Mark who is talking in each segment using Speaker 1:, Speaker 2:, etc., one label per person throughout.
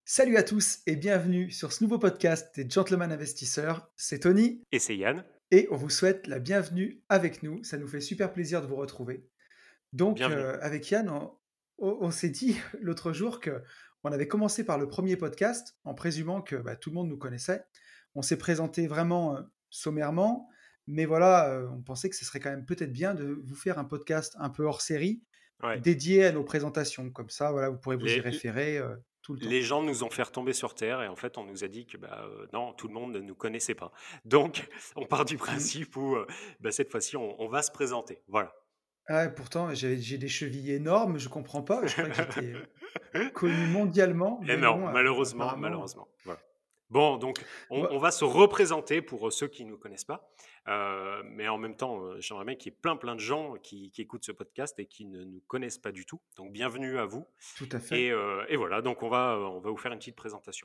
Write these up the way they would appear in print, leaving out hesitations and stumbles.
Speaker 1: Salut à tous et bienvenue sur ce nouveau podcast des Gentlemen Investisseurs. C'est Tony
Speaker 2: Et c'est Yann.
Speaker 1: et on vous souhaite la bienvenue avec nous. Ça nous fait super plaisir de vous retrouver. Donc,
Speaker 2: Bienvenue.
Speaker 1: avec Yann, on s'est dit l'autre jour que on avait commencé par le premier podcast en présumant que tout le monde nous connaissait. On s'est présenté vraiment sommairement, mais voilà, on pensait que ce serait quand même peut-être bien de vous faire un podcast un peu hors série
Speaker 2: Ouais.
Speaker 1: dédié à nos présentations. Comme ça, voilà, vous pourrez vous y
Speaker 2: Les,
Speaker 1: référer tout le temps.
Speaker 2: les gens nous ont fait retomber sur terre et en fait, on nous a dit que non, tout le monde ne nous connaissait pas. Donc, on part du
Speaker 1: Mm.
Speaker 2: principe où cette fois-ci, on va se présenter. Voilà.
Speaker 1: Ah, pourtant, j'ai des chevilles énormes, je comprends pas. Je croyais que j'étais connu mondialement,
Speaker 2: Et
Speaker 1: mais
Speaker 2: non,
Speaker 1: non,
Speaker 2: malheureusement,
Speaker 1: apparemment.
Speaker 2: malheureusement. Voilà. Bon, donc, on
Speaker 1: Bah,
Speaker 2: va se représenter pour ceux qui ne nous connaissent pas. Mais en même temps, j'aimerais bien qu'il y ait plein de gens qui écoutent ce podcast et qui ne nous connaissent pas du tout. Donc, bienvenue à vous.
Speaker 1: tout à fait.
Speaker 2: Et voilà, donc on va vous faire une petite présentation.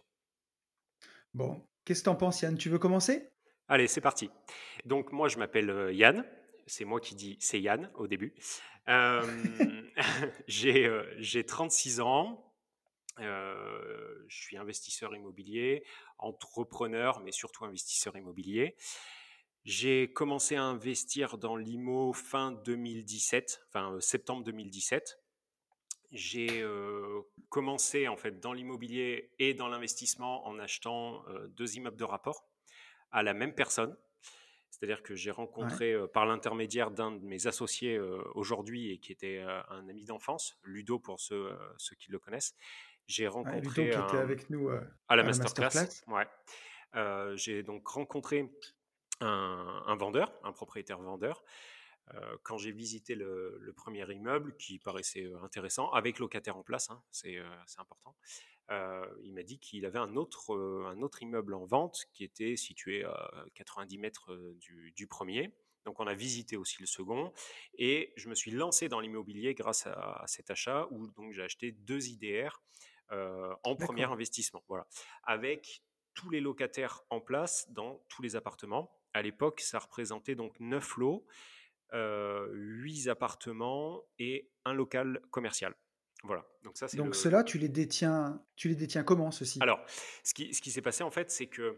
Speaker 1: Bon, qu'est-ce que t'en penses, Yann? Tu veux commencer?
Speaker 2: Allez, c'est parti. Donc moi, je m'appelle Yann. C'est moi qui dis c'est Yann au début. Euh, j'ai 36 ans. Je suis investisseur immobilier, entrepreneur, mais surtout investisseur immobilier. J'ai commencé à investir dans l'IMO fin 2017, enfin septembre 2017. J'ai commencé en fait dans l'immobilier et dans l'investissement en achetant deux immeubles de rapport à la même personne. C'est-à-dire que j'ai
Speaker 1: Ouais.
Speaker 2: rencontré par l'intermédiaire d'un de mes associés aujourd'hui et qui était un ami d'enfance, Ludo pour ceux qui le connaissent. J'ai
Speaker 1: Ouais, Ludo
Speaker 2: rencontré
Speaker 1: qui était avec nous
Speaker 2: à la
Speaker 1: à la
Speaker 2: masterclass.
Speaker 1: masterclass.
Speaker 2: Ouais. J'ai donc rencontré un vendeur, un propriétaire vendeur, quand j'ai visité le premier immeuble qui paraissait intéressant, avec locataire en place, hein, c'est important. Il m'a dit qu'il avait un autre immeuble en vente qui était situé à 90 mètres du premier. Donc on a visité aussi le second et je me suis lancé dans l'immobilier grâce à cet achat où donc j'ai acheté deux IDR en premier
Speaker 1: D'accord.
Speaker 2: investissement. Voilà, avec tous les locataires en place dans tous les appartements. À l'époque, ça représentait donc 9 lots, 8 appartements et un local commercial. Voilà, donc ça c'est
Speaker 1: Donc
Speaker 2: le,
Speaker 1: ceux-là, tu les détiens comment, ceux-ci?
Speaker 2: alors, ce qui s'est passé en fait, c'est que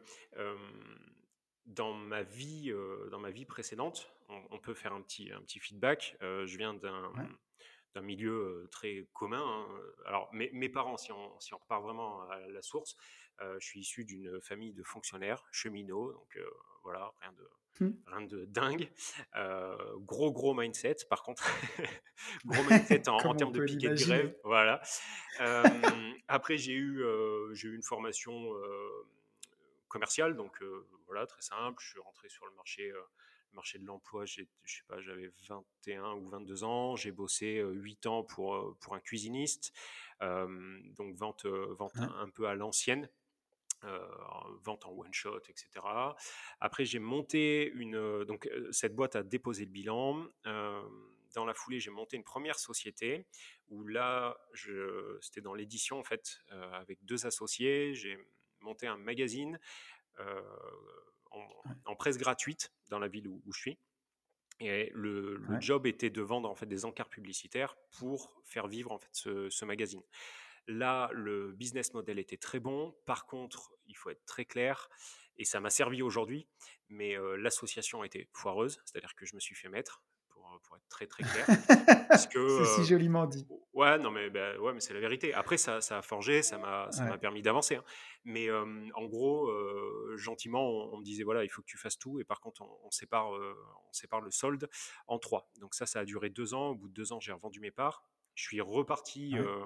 Speaker 2: dans ma vie précédente, on peut faire un petit feedback. Je viens
Speaker 1: Ouais.
Speaker 2: d'un milieu très commun, hein. Alors, mes parents, si on repart vraiment à la source, je suis issu d'une famille de fonctionnaires, cheminots, donc voilà,
Speaker 1: Hmm.
Speaker 2: rien de dingue. Gros mindset, par contre, gros mindset en
Speaker 1: Comme on
Speaker 2: termes de
Speaker 1: peut
Speaker 2: piquet de grève,
Speaker 1: l'imaginer.
Speaker 2: voilà. Après, j'ai eu une formation commerciale, donc voilà, très simple. Je suis rentré sur le marché de l'emploi, je sais pas, j'avais 21 ou 22 ans. J'ai bossé 8 ans pour un cuisiniste, donc vente
Speaker 1: Ouais.
Speaker 2: un peu à l'ancienne. Vente en one shot, etc. Après, j'ai monté donc cette boîte a déposé le bilan. Dans la foulée, j'ai monté une première société où là, c'était dans l'édition en fait, avec deux associés. J'ai monté un magazine euh, en,
Speaker 1: Ouais.
Speaker 2: en presse gratuite dans la ville où je suis. Et le
Speaker 1: Ouais.
Speaker 2: job était de vendre en fait des encarts publicitaires pour faire vivre en fait ce magazine. Là, le business model était très bon. Par contre, il faut être très clair, et ça m'a servi aujourd'hui, mais l'association a été foireuse, c'est-à-dire que je me suis fait mettre, pour être très très clair, puisque
Speaker 1: C'est si joliment dit.
Speaker 2: ouais, non mais ouais, mais c'est la vérité. Après, ça a forgé, ça m'a
Speaker 1: Ouais.
Speaker 2: permis d'avancer, hein. Mais en gros, gentiment, on me disait voilà, il faut que tu fasses tout, et par contre, on sépare le solde en trois. Donc ça a duré 2 ans. Au bout de 2 ans, j'ai revendu mes parts. Je suis reparti
Speaker 1: Ouais.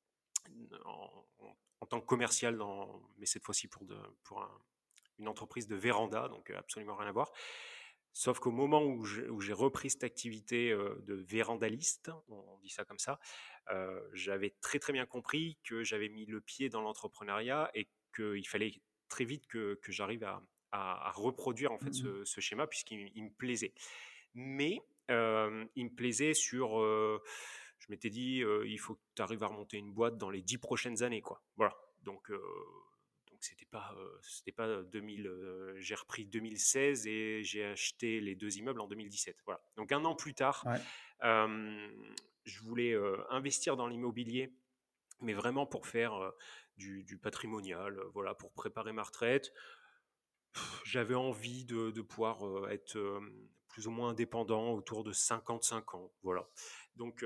Speaker 2: en tant que commercial, mais cette fois-ci pour une entreprise de véranda, donc absolument rien à voir. Sauf qu'au moment où j'ai repris cette activité de vérandaliste, on dit ça comme ça, j'avais très très bien compris que j'avais mis le pied dans l'entrepreneuriat et qu'il fallait très vite que j'arrive à reproduire en fait
Speaker 1: Mhm.
Speaker 2: ce schéma puisqu'il me plaisait. Mais il me plaisait je m'étais dit, il faut que tu arrives à remonter une boîte dans les 10 prochaines années, quoi. Voilà. Donc c'était pas 2000. J'ai repris 2016 et j'ai acheté les deux immeubles en 2017. Voilà. Donc un an plus tard,
Speaker 1: Ouais.
Speaker 2: euh, je voulais investir dans l'immobilier mais vraiment pour faire du patrimonial, voilà, pour préparer ma retraite. J'avais envie de pouvoir être plus ou moins indépendant autour de 55 ans, voilà. Donc,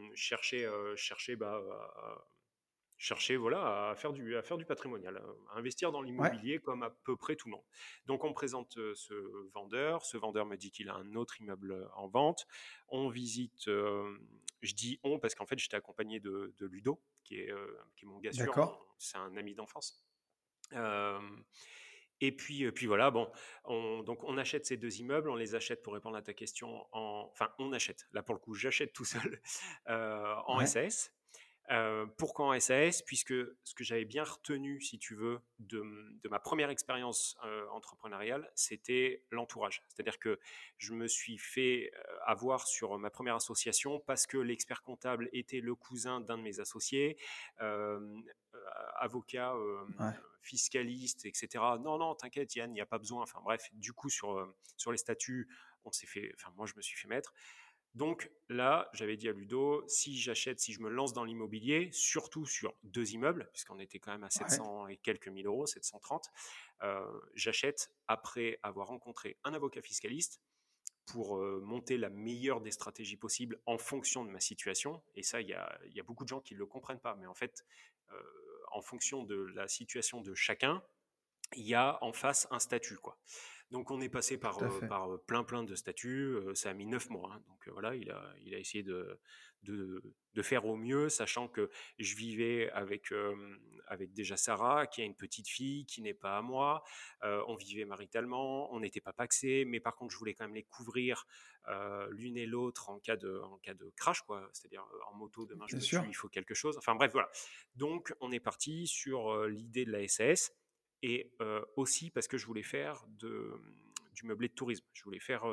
Speaker 2: chercher voilà, à faire du patrimonial, à investir dans
Speaker 1: Ouais,
Speaker 2: l'immobilier comme à peu près tout le monde. Donc on me présente ce vendeur me dit qu'il a un autre immeuble en vente, on visite, je dis on parce qu'en fait j'étais accompagné de Ludo, qui est mon gars sûr,
Speaker 1: d'accord.
Speaker 2: c'est un ami d'enfance. Euh, et puis voilà, bon, donc on achète ces deux immeubles, on les achète pour répondre à ta question enfin on achète, là pour le coup j'achète tout seul en
Speaker 1: Ouais,
Speaker 2: SAS. Pourquoi en SAS? Puisque ce que j'avais bien retenu, si tu veux, de ma première expérience entrepreneuriale, c'était l'entourage. C'est-à-dire que je me suis fait avoir sur ma première association parce que l'expert comptable était le cousin d'un de mes associés, euh, avocat,
Speaker 1: ouais,
Speaker 2: fiscaliste, etc. Non, non, t'inquiète, Yann, il n'y a pas besoin. Enfin bref, du coup, sur les statuts, moi, je me suis fait mettre. Donc là, j'avais dit à Ludo, si j'achète, si je me lance dans l'immobilier, surtout sur deux immeubles, puisqu'on était quand même à
Speaker 1: ouais,
Speaker 2: 700 et quelques mille euros, 730, j'achète après avoir rencontré un avocat fiscaliste pour monter la meilleure des stratégies possibles en fonction de ma situation. Et ça, il y a beaucoup de gens qui ne le comprennent pas. Mais en fait, euh, en fonction de la situation de chacun, il y a en face un statut, quoi. Donc on est passé
Speaker 1: tout à fait.
Speaker 2: par plein de statuts, ça a mis 9 mois, hein. Donc voilà, il a essayé de faire au mieux, sachant que je vivais avec déjà Sarah, qui a une petite fille, qui n'est pas à moi. On vivait maritalement, on n'était pas paxés, mais par contre je voulais quand même les couvrir l'une et l'autre en cas de crash, quoi. C'est-à-dire en moto, demain je
Speaker 1: Bien
Speaker 2: me
Speaker 1: sûr.
Speaker 2: tue, il faut quelque chose. Enfin bref, voilà. Donc on est parti sur l'idée de la SAS et aussi parce que je voulais faire du meublé de tourisme. Je voulais faire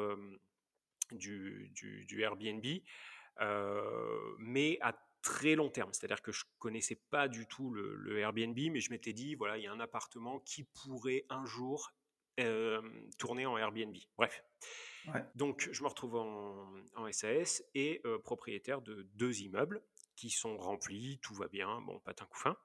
Speaker 2: du Airbnb, mais à très long terme. C'est-à-dire que je connaissais pas du tout le Airbnb, mais je m'étais dit, voilà, il y a un appartement qui pourrait un jour euh, tourner en Airbnb. Bref.
Speaker 1: Ouais,
Speaker 2: Donc, je me retrouve en SAS et propriétaire de deux immeubles qui sont remplis, tout va bien, bon, patin couffin.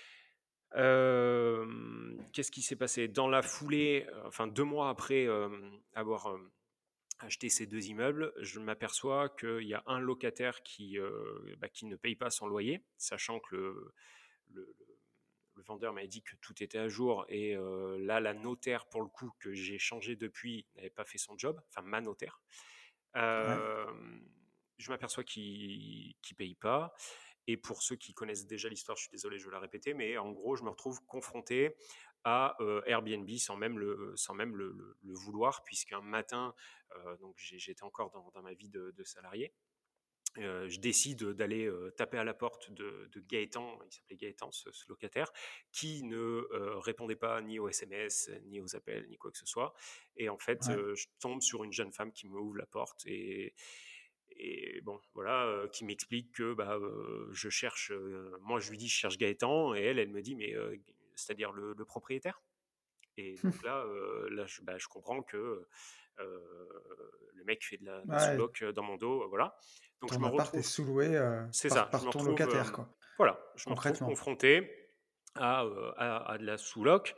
Speaker 2: Qu'est-ce qui s'est passé? Dans la foulée, enfin 2 mois après avoir acheté ces deux immeubles, je m'aperçois qu'il y a un locataire qui ne paye pas son loyer, sachant que le- le vendeur m'avait dit que tout était à jour et là, la notaire, pour le coup, que j'ai changé depuis, n'avait pas fait son job, enfin ma notaire.
Speaker 1: ouais,
Speaker 2: Euh, je m'aperçois qu'il ne paye pas. Et pour ceux qui connaissent déjà l'histoire, je suis désolé, je vais la répéter, mais en gros, je me retrouve confronté à Airbnb sans même le vouloir, puisqu'un matin, donc j'étais encore dans ma vie de salarié, je décide d'aller taper à la porte de Gaëtan, il s'appelait Gaëtan, ce locataire, qui ne répondait pas ni aux SMS, ni aux appels, ni quoi que ce soit. Et en fait,
Speaker 1: ouais.
Speaker 2: je tombe sur une jeune femme qui me ouvre la porte et bon, voilà, qui m'explique que bah, je cherche, moi je lui dis je cherche Gaëtan, et elle me dit mais c'est-à-dire le propriétaire. Et donc là je comprends que le mec fait de la
Speaker 1: Ouais,
Speaker 2: sous-loc dans mon dos, voilà. Donc je
Speaker 1: ton
Speaker 2: me
Speaker 1: appart est
Speaker 2: retrouve,
Speaker 1: sous-loué
Speaker 2: c'est
Speaker 1: par,
Speaker 2: ça, je
Speaker 1: par
Speaker 2: me
Speaker 1: ton
Speaker 2: retrouve,
Speaker 1: locataire, quoi,
Speaker 2: voilà, je me retrouve
Speaker 1: concrètement.
Speaker 2: confronté à de la sous-loc,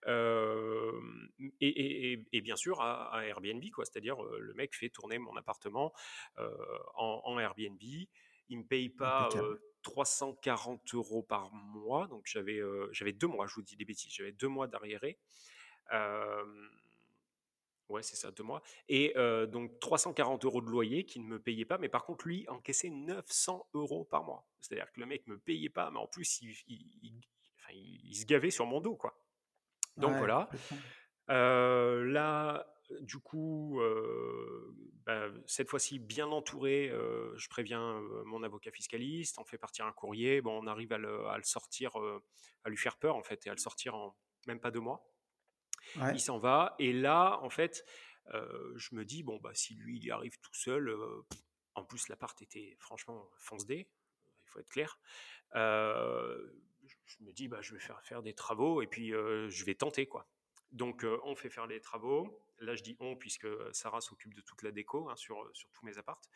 Speaker 2: et bien sûr à Airbnb, quoi. C'est-à-dire le mec fait tourner mon appartement en Airbnb. Il me paye pas
Speaker 1: Impeccable.
Speaker 2: 340 euros par mois, donc j'avais 2 mois, je vous dis des bêtises, j'avais 2 mois d'arriéré. Euh, Ouais, c'est ça, 2 mois. Et donc 340 euros de loyer qu'il ne me payait pas, mais par contre, lui encaissait 900 euros par mois. C'est-à-dire que le mec me payait pas, mais en plus, enfin, il se gavait sur mon dos, quoi. Donc
Speaker 1: Ouais,
Speaker 2: voilà.
Speaker 1: complètement.
Speaker 2: Là, du coup, bah, cette fois-ci, bien entouré, je préviens mon avocat fiscaliste, on fait partir un courrier. Bon, on arrive à le sortir, à lui faire peur, en fait, et à le sortir en même pas 2 mois.
Speaker 1: Ouais,
Speaker 2: Il s'en va. Et là, en fait, je me dis, bon, bah, si lui, il y arrive tout seul, en plus, l'appart était franchement fonce-dé, il faut être clair. Je me dis, bah, je vais faire des travaux et puis je vais tenter, quoi. Donc, on fait faire les travaux. Là, je dis on puisque Sarah s'occupe de toute la déco, hein, sur tous mes apparts.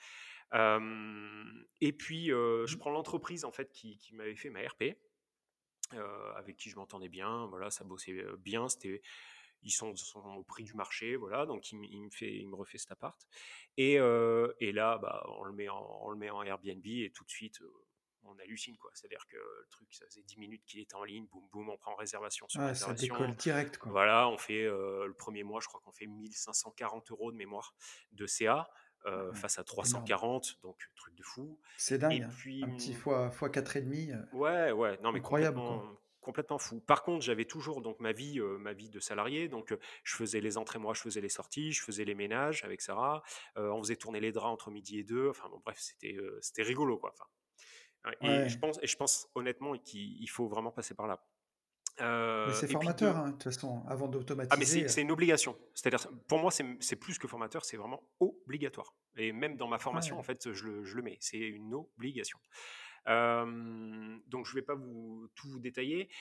Speaker 2: Et puis, je
Speaker 1: Mmh.
Speaker 2: prends l'entreprise en fait qui m'avait fait ma RP, avec qui je m'entendais bien. Voilà, ça bossait bien. Sont au prix du marché, voilà. Donc, il me refait cet appart. Et là, bah, on le met en Airbnb et tout de suite, on hallucine, quoi. C'est-à-dire que le truc, ça faisait 10 minutes qu'il était en ligne, boum, boum, on prend réservation sur
Speaker 1: Ouais, ça décolle
Speaker 2: réservation.
Speaker 1: direct, quoi.
Speaker 2: Voilà, on fait le premier mois, je crois qu'on fait 1 540 € de mémoire de CA,
Speaker 1: Ouais,
Speaker 2: face à
Speaker 1: énorme.
Speaker 2: 340, donc truc de fou.
Speaker 1: C'est
Speaker 2: Et
Speaker 1: dingue, hein.
Speaker 2: puis,
Speaker 1: Un petit fois 4,5,
Speaker 2: ouais, ouais, non, mais
Speaker 1: incroyable, quoi.
Speaker 2: complètement fou. Par contre, j'avais toujours donc ma vie de salarié, donc je faisais les entrées, moi, je faisais les sorties, je faisais les ménages avec Sarah, on faisait tourner les draps entre midi et deux. Enfin bon, bref, c'était rigolo, quoi. Enfin, hein,
Speaker 1: Ouais,
Speaker 2: et je pense honnêtement qu'il faut vraiment passer par là.
Speaker 1: mais c'est
Speaker 2: Et puis
Speaker 1: formateur, hein, de toute façon, avant
Speaker 2: ah, mais
Speaker 1: d'automatiser,
Speaker 2: c'est une obligation. C'est-à-dire, pour moi, c'est plus que formateur, c'est vraiment obligatoire. Et même dans ma formation, en
Speaker 1: ouais.
Speaker 2: fait, je le mets. C'est une obligation. Donc, je ne vais pas tout vous détailler.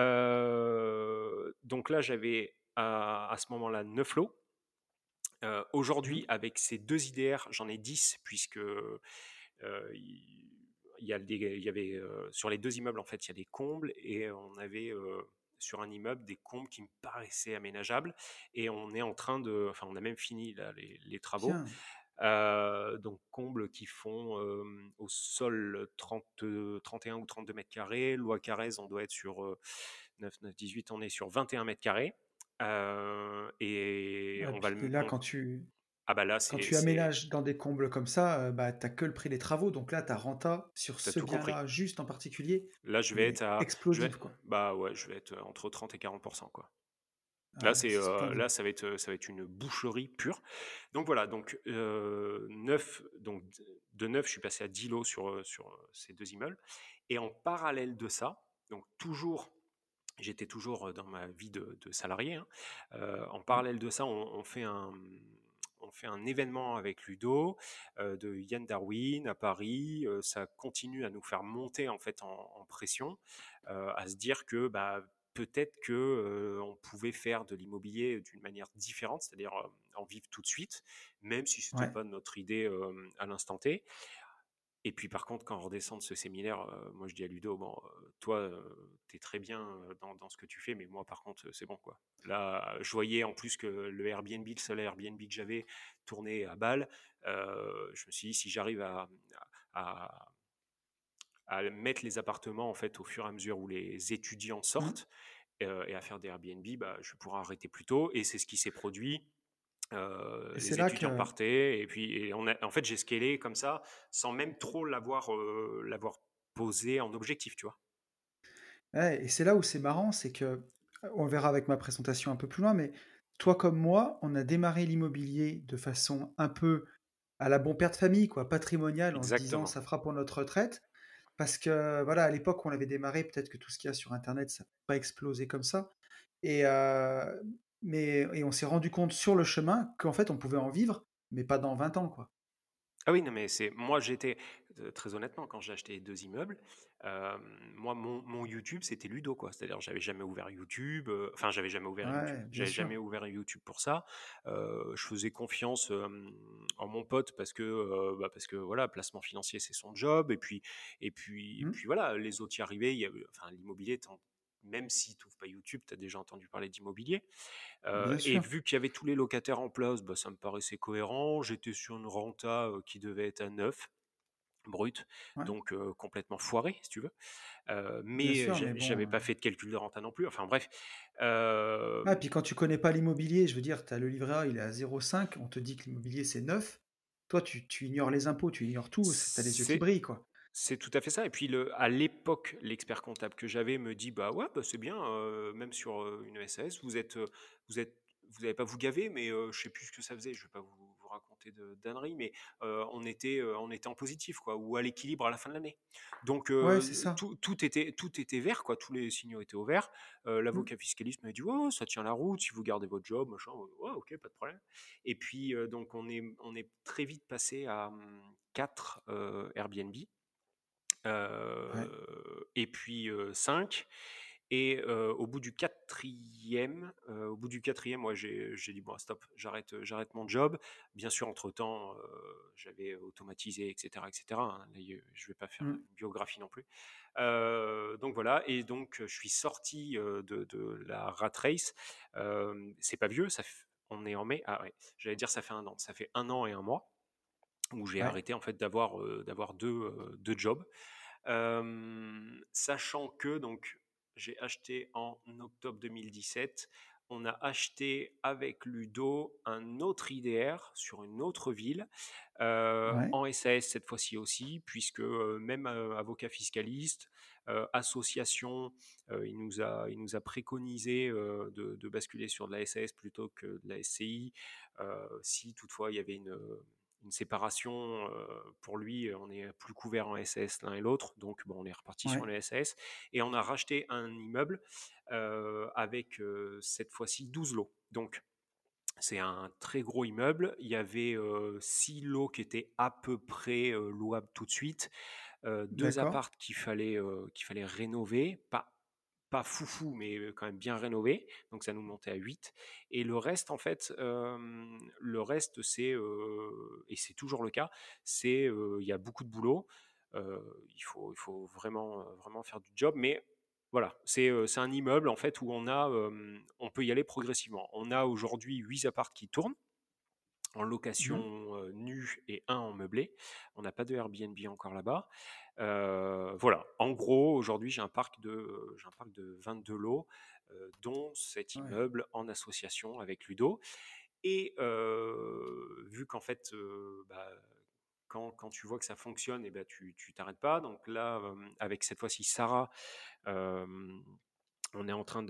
Speaker 2: Donc là, j'avais à ce moment-là 9 lots.
Speaker 1: Mmh.
Speaker 2: Aujourd'hui, avec ces deux IDR, j'en ai 10, puisque il y avait sur les deux immeubles, en fait, il y a des combles, et on avait sur un immeuble des combles qui me paraissaient aménageables, et on est en train de, enfin, on a même fini là, les travaux.
Speaker 1: Bien.
Speaker 2: Donc, combles qui font au sol 31 ou 32 mètres carrés. Loi Carrez, on doit être sur 9, 9, 18, on est sur 21 mètres carrés. Et
Speaker 1: Ouais,
Speaker 2: on va
Speaker 1: puis là,
Speaker 2: ah bah là,
Speaker 1: quand tu aménages dans des combles comme ça, bah, tu que le prix des travaux, donc là, ta renta sur
Speaker 2: t'as
Speaker 1: ce
Speaker 2: tout compris.
Speaker 1: bien-là, juste en particulier,
Speaker 2: Là, je vais être
Speaker 1: mais
Speaker 2: à,
Speaker 1: explosive, quoi.
Speaker 2: bah ouais, je vais être entre 30 et 40%, quoi.
Speaker 1: Ah ouais, c'est
Speaker 2: Là,
Speaker 1: splendide.
Speaker 2: ça va être une boucherie pure. Donc voilà, donc 9, donc de 9, je suis passé à 10 lots sur ces deux immeubles. Et en parallèle de ça, donc toujours, j'étais toujours dans ma vie de salarié, hein. En
Speaker 1: Mmh.
Speaker 2: parallèle de ça, on fait un événement avec Ludo, de Yann Darwin à Paris. Ça continue à nous faire monter en fait en pression, à se dire que bah, peut-être que on pouvait faire de l'immobilier d'une manière différente, c'est-à-dire en vivre tout de suite, même si c'était
Speaker 1: Ouais.
Speaker 2: pas notre idée à l'instant T. Et puis par contre, quand on redescend de ce séminaire, moi je dis à Ludo, bon, toi, tu es très bien dans ce que tu fais, mais moi par contre, c'est bon, quoi. Là, je voyais en plus que le Airbnb, le seul Airbnb que j'avais, tournait à balle. Je me suis dit, si j'arrive à, à mettre les appartements en fait au fur et à mesure où les étudiants
Speaker 1: Mmh.
Speaker 2: sortent, et à faire des Airbnb, bah, je pourrais arrêter plus tôt. Et c'est ce qui s'est produit.
Speaker 1: Et c'est
Speaker 2: Les
Speaker 1: là
Speaker 2: étudiants
Speaker 1: que
Speaker 2: partaient, et puis en fait, j'ai scalé comme ça, sans même trop l'avoir posé en objectif, tu vois.
Speaker 1: ouais, et c'est là où c'est marrant, c'est que, on verra avec ma présentation un peu plus loin, mais toi comme moi, on a démarré l'immobilier de façon un peu à la bon père de famille, quoi, patrimoniale, en se disant:
Speaker 2: Exactement.
Speaker 1: «Ça fera pour notre retraite». Parce que, voilà, à l'époque où on l'avait démarré, peut-être que tout ce qu'il y a sur internet, ça a pas explosé comme ça et on s'est rendu compte sur le chemin qu'en fait, on pouvait en vivre, mais pas dans 20 ans, quoi.
Speaker 2: Ah oui, non, mais c'est moi, j'étais très honnêtement, quand j'ai acheté les 2 immeubles, moi, mon YouTube, c'était Ludo, quoi. C'est-à-dire, j'avais jamais ouvert YouTube, enfin, j'avais jamais ouvert YouTube.
Speaker 1: Ouais, bien
Speaker 2: J'avais
Speaker 1: sûr.
Speaker 2: jamais ouvert YouTube pour ça. Je faisais confiance, en mon pote parce que, voilà, placement financier, c'est son job. Et
Speaker 1: Mmh,
Speaker 2: puis voilà, les autres y arrivaient. Il y avait enfin, l'immobilier, même si tu ouvres pas YouTube, tu as déjà entendu parler d'immobilier.
Speaker 1: bien
Speaker 2: Et
Speaker 1: sûr.
Speaker 2: vu qu'il y avait tous les locataires en place, bah, ça me paraissait cohérent. J'étais sur une renta qui devait être à 9 brut,
Speaker 1: Ouais,
Speaker 2: donc complètement foiré, si tu veux.
Speaker 1: bien
Speaker 2: Mais
Speaker 1: sûr, mais
Speaker 2: j'avais
Speaker 1: bon,
Speaker 2: pas fait de calcul de renta non plus. Enfin bref.
Speaker 1: ah, puis quand tu connais pas l'immobilier, je veux dire, tu as le livret A, il est à 0,5, on te dit que l'immobilier, c'est 9. Toi, tu ignores les impôts, tu ignores tout, tu as les yeux qui
Speaker 2: C'est
Speaker 1: brillent, quoi.
Speaker 2: C'est tout à fait ça. Et puis à l'époque, l'expert comptable que j'avais me dit, bah ouais, bah c'est bien, même sur une SAS, vous êtes, vous n'allez pas vous gaver, mais je sais plus ce que ça faisait. Je vais pas vous raconter de d'âneries, mais on était en positif, quoi, ou à l'équilibre à la fin de l'année. Donc
Speaker 1: Ouais, c'est ça.
Speaker 2: tout était vert, quoi. Tous les signaux étaient au vert.
Speaker 1: Mmh,
Speaker 2: L'avocat fiscaliste m'a dit, ouais, ça tient la route si vous gardez votre job, machin. Ouais, ok, pas de problème. Et puis donc on est très vite passé à 4 Airbnb,
Speaker 1: ouais.
Speaker 2: et puis 5. Et au bout du quatrième, moi j'ai dit bon stop, j'arrête mon job. Bien sûr, entre-temps, j'avais automatisé, etc., etc., hein. Là, je vais pas faire
Speaker 1: Mmh.
Speaker 2: une biographie non plus. Donc voilà, et donc je suis sorti de la rat race. C'est pas vieux, on est en mai. Ah ouais, j'allais dire ça fait 1 an. Ça fait 1 an et 1 mois où j'ai
Speaker 1: Ouais,
Speaker 2: arrêté en fait d'avoir deux jobs. Sachant que donc j'ai acheté en octobre 2017, on a acheté avec Ludo un autre IDR sur une autre ville,
Speaker 1: ouais,
Speaker 2: en SAS cette fois-ci aussi, puisque même avocat fiscaliste, association, il nous a préconisé de basculer sur de la SAS plutôt que de la SCI, si toutefois il y avait une séparation. Pour lui, on est plus couvert en SAS l'un et l'autre, donc bon, on est reparti sur
Speaker 1: ouais,
Speaker 2: les SAS, et on a racheté un immeuble avec cette fois-ci 12 lots. Donc c'est un très gros immeuble. Il y avait 6 lots qui étaient à peu près louables tout de suite. Deux
Speaker 1: d'accord.
Speaker 2: appartes qu'il fallait rénover, pas foufou, mais quand même bien rénové. Donc ça nous montait à 8. Et le reste, en fait, c'est, et c'est toujours le cas, il y a beaucoup de boulot. Il faut vraiment faire du job, mais voilà, c'est un immeuble en fait où on peut y aller progressivement. On a aujourd'hui 8 apparts qui tournent en
Speaker 1: Mmh.
Speaker 2: location nue et un en meublé. On n'a pas de Airbnb encore là-bas. Voilà. En gros, aujourd'hui, j'ai un parc de 22 lots, dont cet
Speaker 1: Ouais,
Speaker 2: immeuble en association avec Ludo. Et vu qu'en fait, quand tu vois que ça fonctionne, et ben tu t'arrêtes pas. Donc là, avec cette fois-ci Sarah, euh, on est en train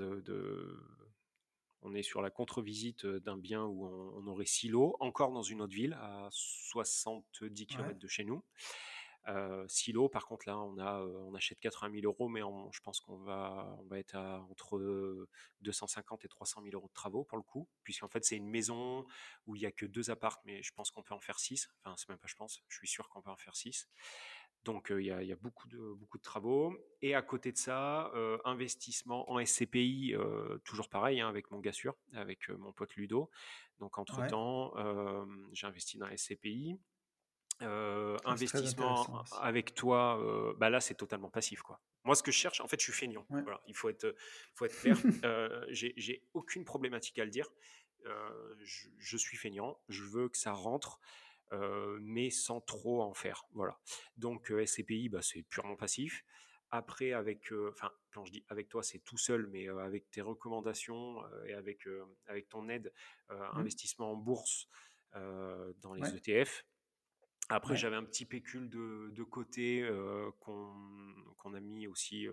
Speaker 2: on est sur la contre-visite d'un bien où on aurait 6 lots, encore dans une autre ville, à 70
Speaker 1: ouais,
Speaker 2: km de chez nous. 6 lots, par contre, là, on achète 80 000 euros, mais je pense qu'on va être entre 250 et 300 000 euros de travaux pour le coup, puisqu'en fait, c'est une maison où il n'y a que 2 appartes, mais je pense qu'on peut en faire 6. Enfin, c'est même pas je pense, je suis sûr qu'on peut en faire 6. Donc, il y a beaucoup de travaux. Et à côté de ça, investissement en SCPI, toujours pareil, hein, avec mon gars sûr, avec mon pote Ludo. Donc,
Speaker 1: ouais.
Speaker 2: entre-temps, j'ai investi dans la SCPI.
Speaker 1: Ah, c'est très
Speaker 2: Investissement
Speaker 1: intéressant aussi.
Speaker 2: avec toi, bah là, c'est totalement passif, quoi. Moi, ce que je cherche, en fait, je suis feignant.
Speaker 1: Ouais.
Speaker 2: Voilà, il faut être clair. J'ai aucune problématique à le dire. Je suis feignant. Je veux que ça rentre, mais sans trop en faire. Voilà. Donc, SCPI, bah, c'est purement passif. Après, enfin, quand je dis avec toi, c'est tout seul, mais avec tes recommandations et avec ton aide,
Speaker 1: Mmh.
Speaker 2: investissement en bourse dans les
Speaker 1: Ouais,
Speaker 2: ETF. Après,
Speaker 1: ouais,
Speaker 2: j'avais un petit pécule de côté qu'on a mis aussi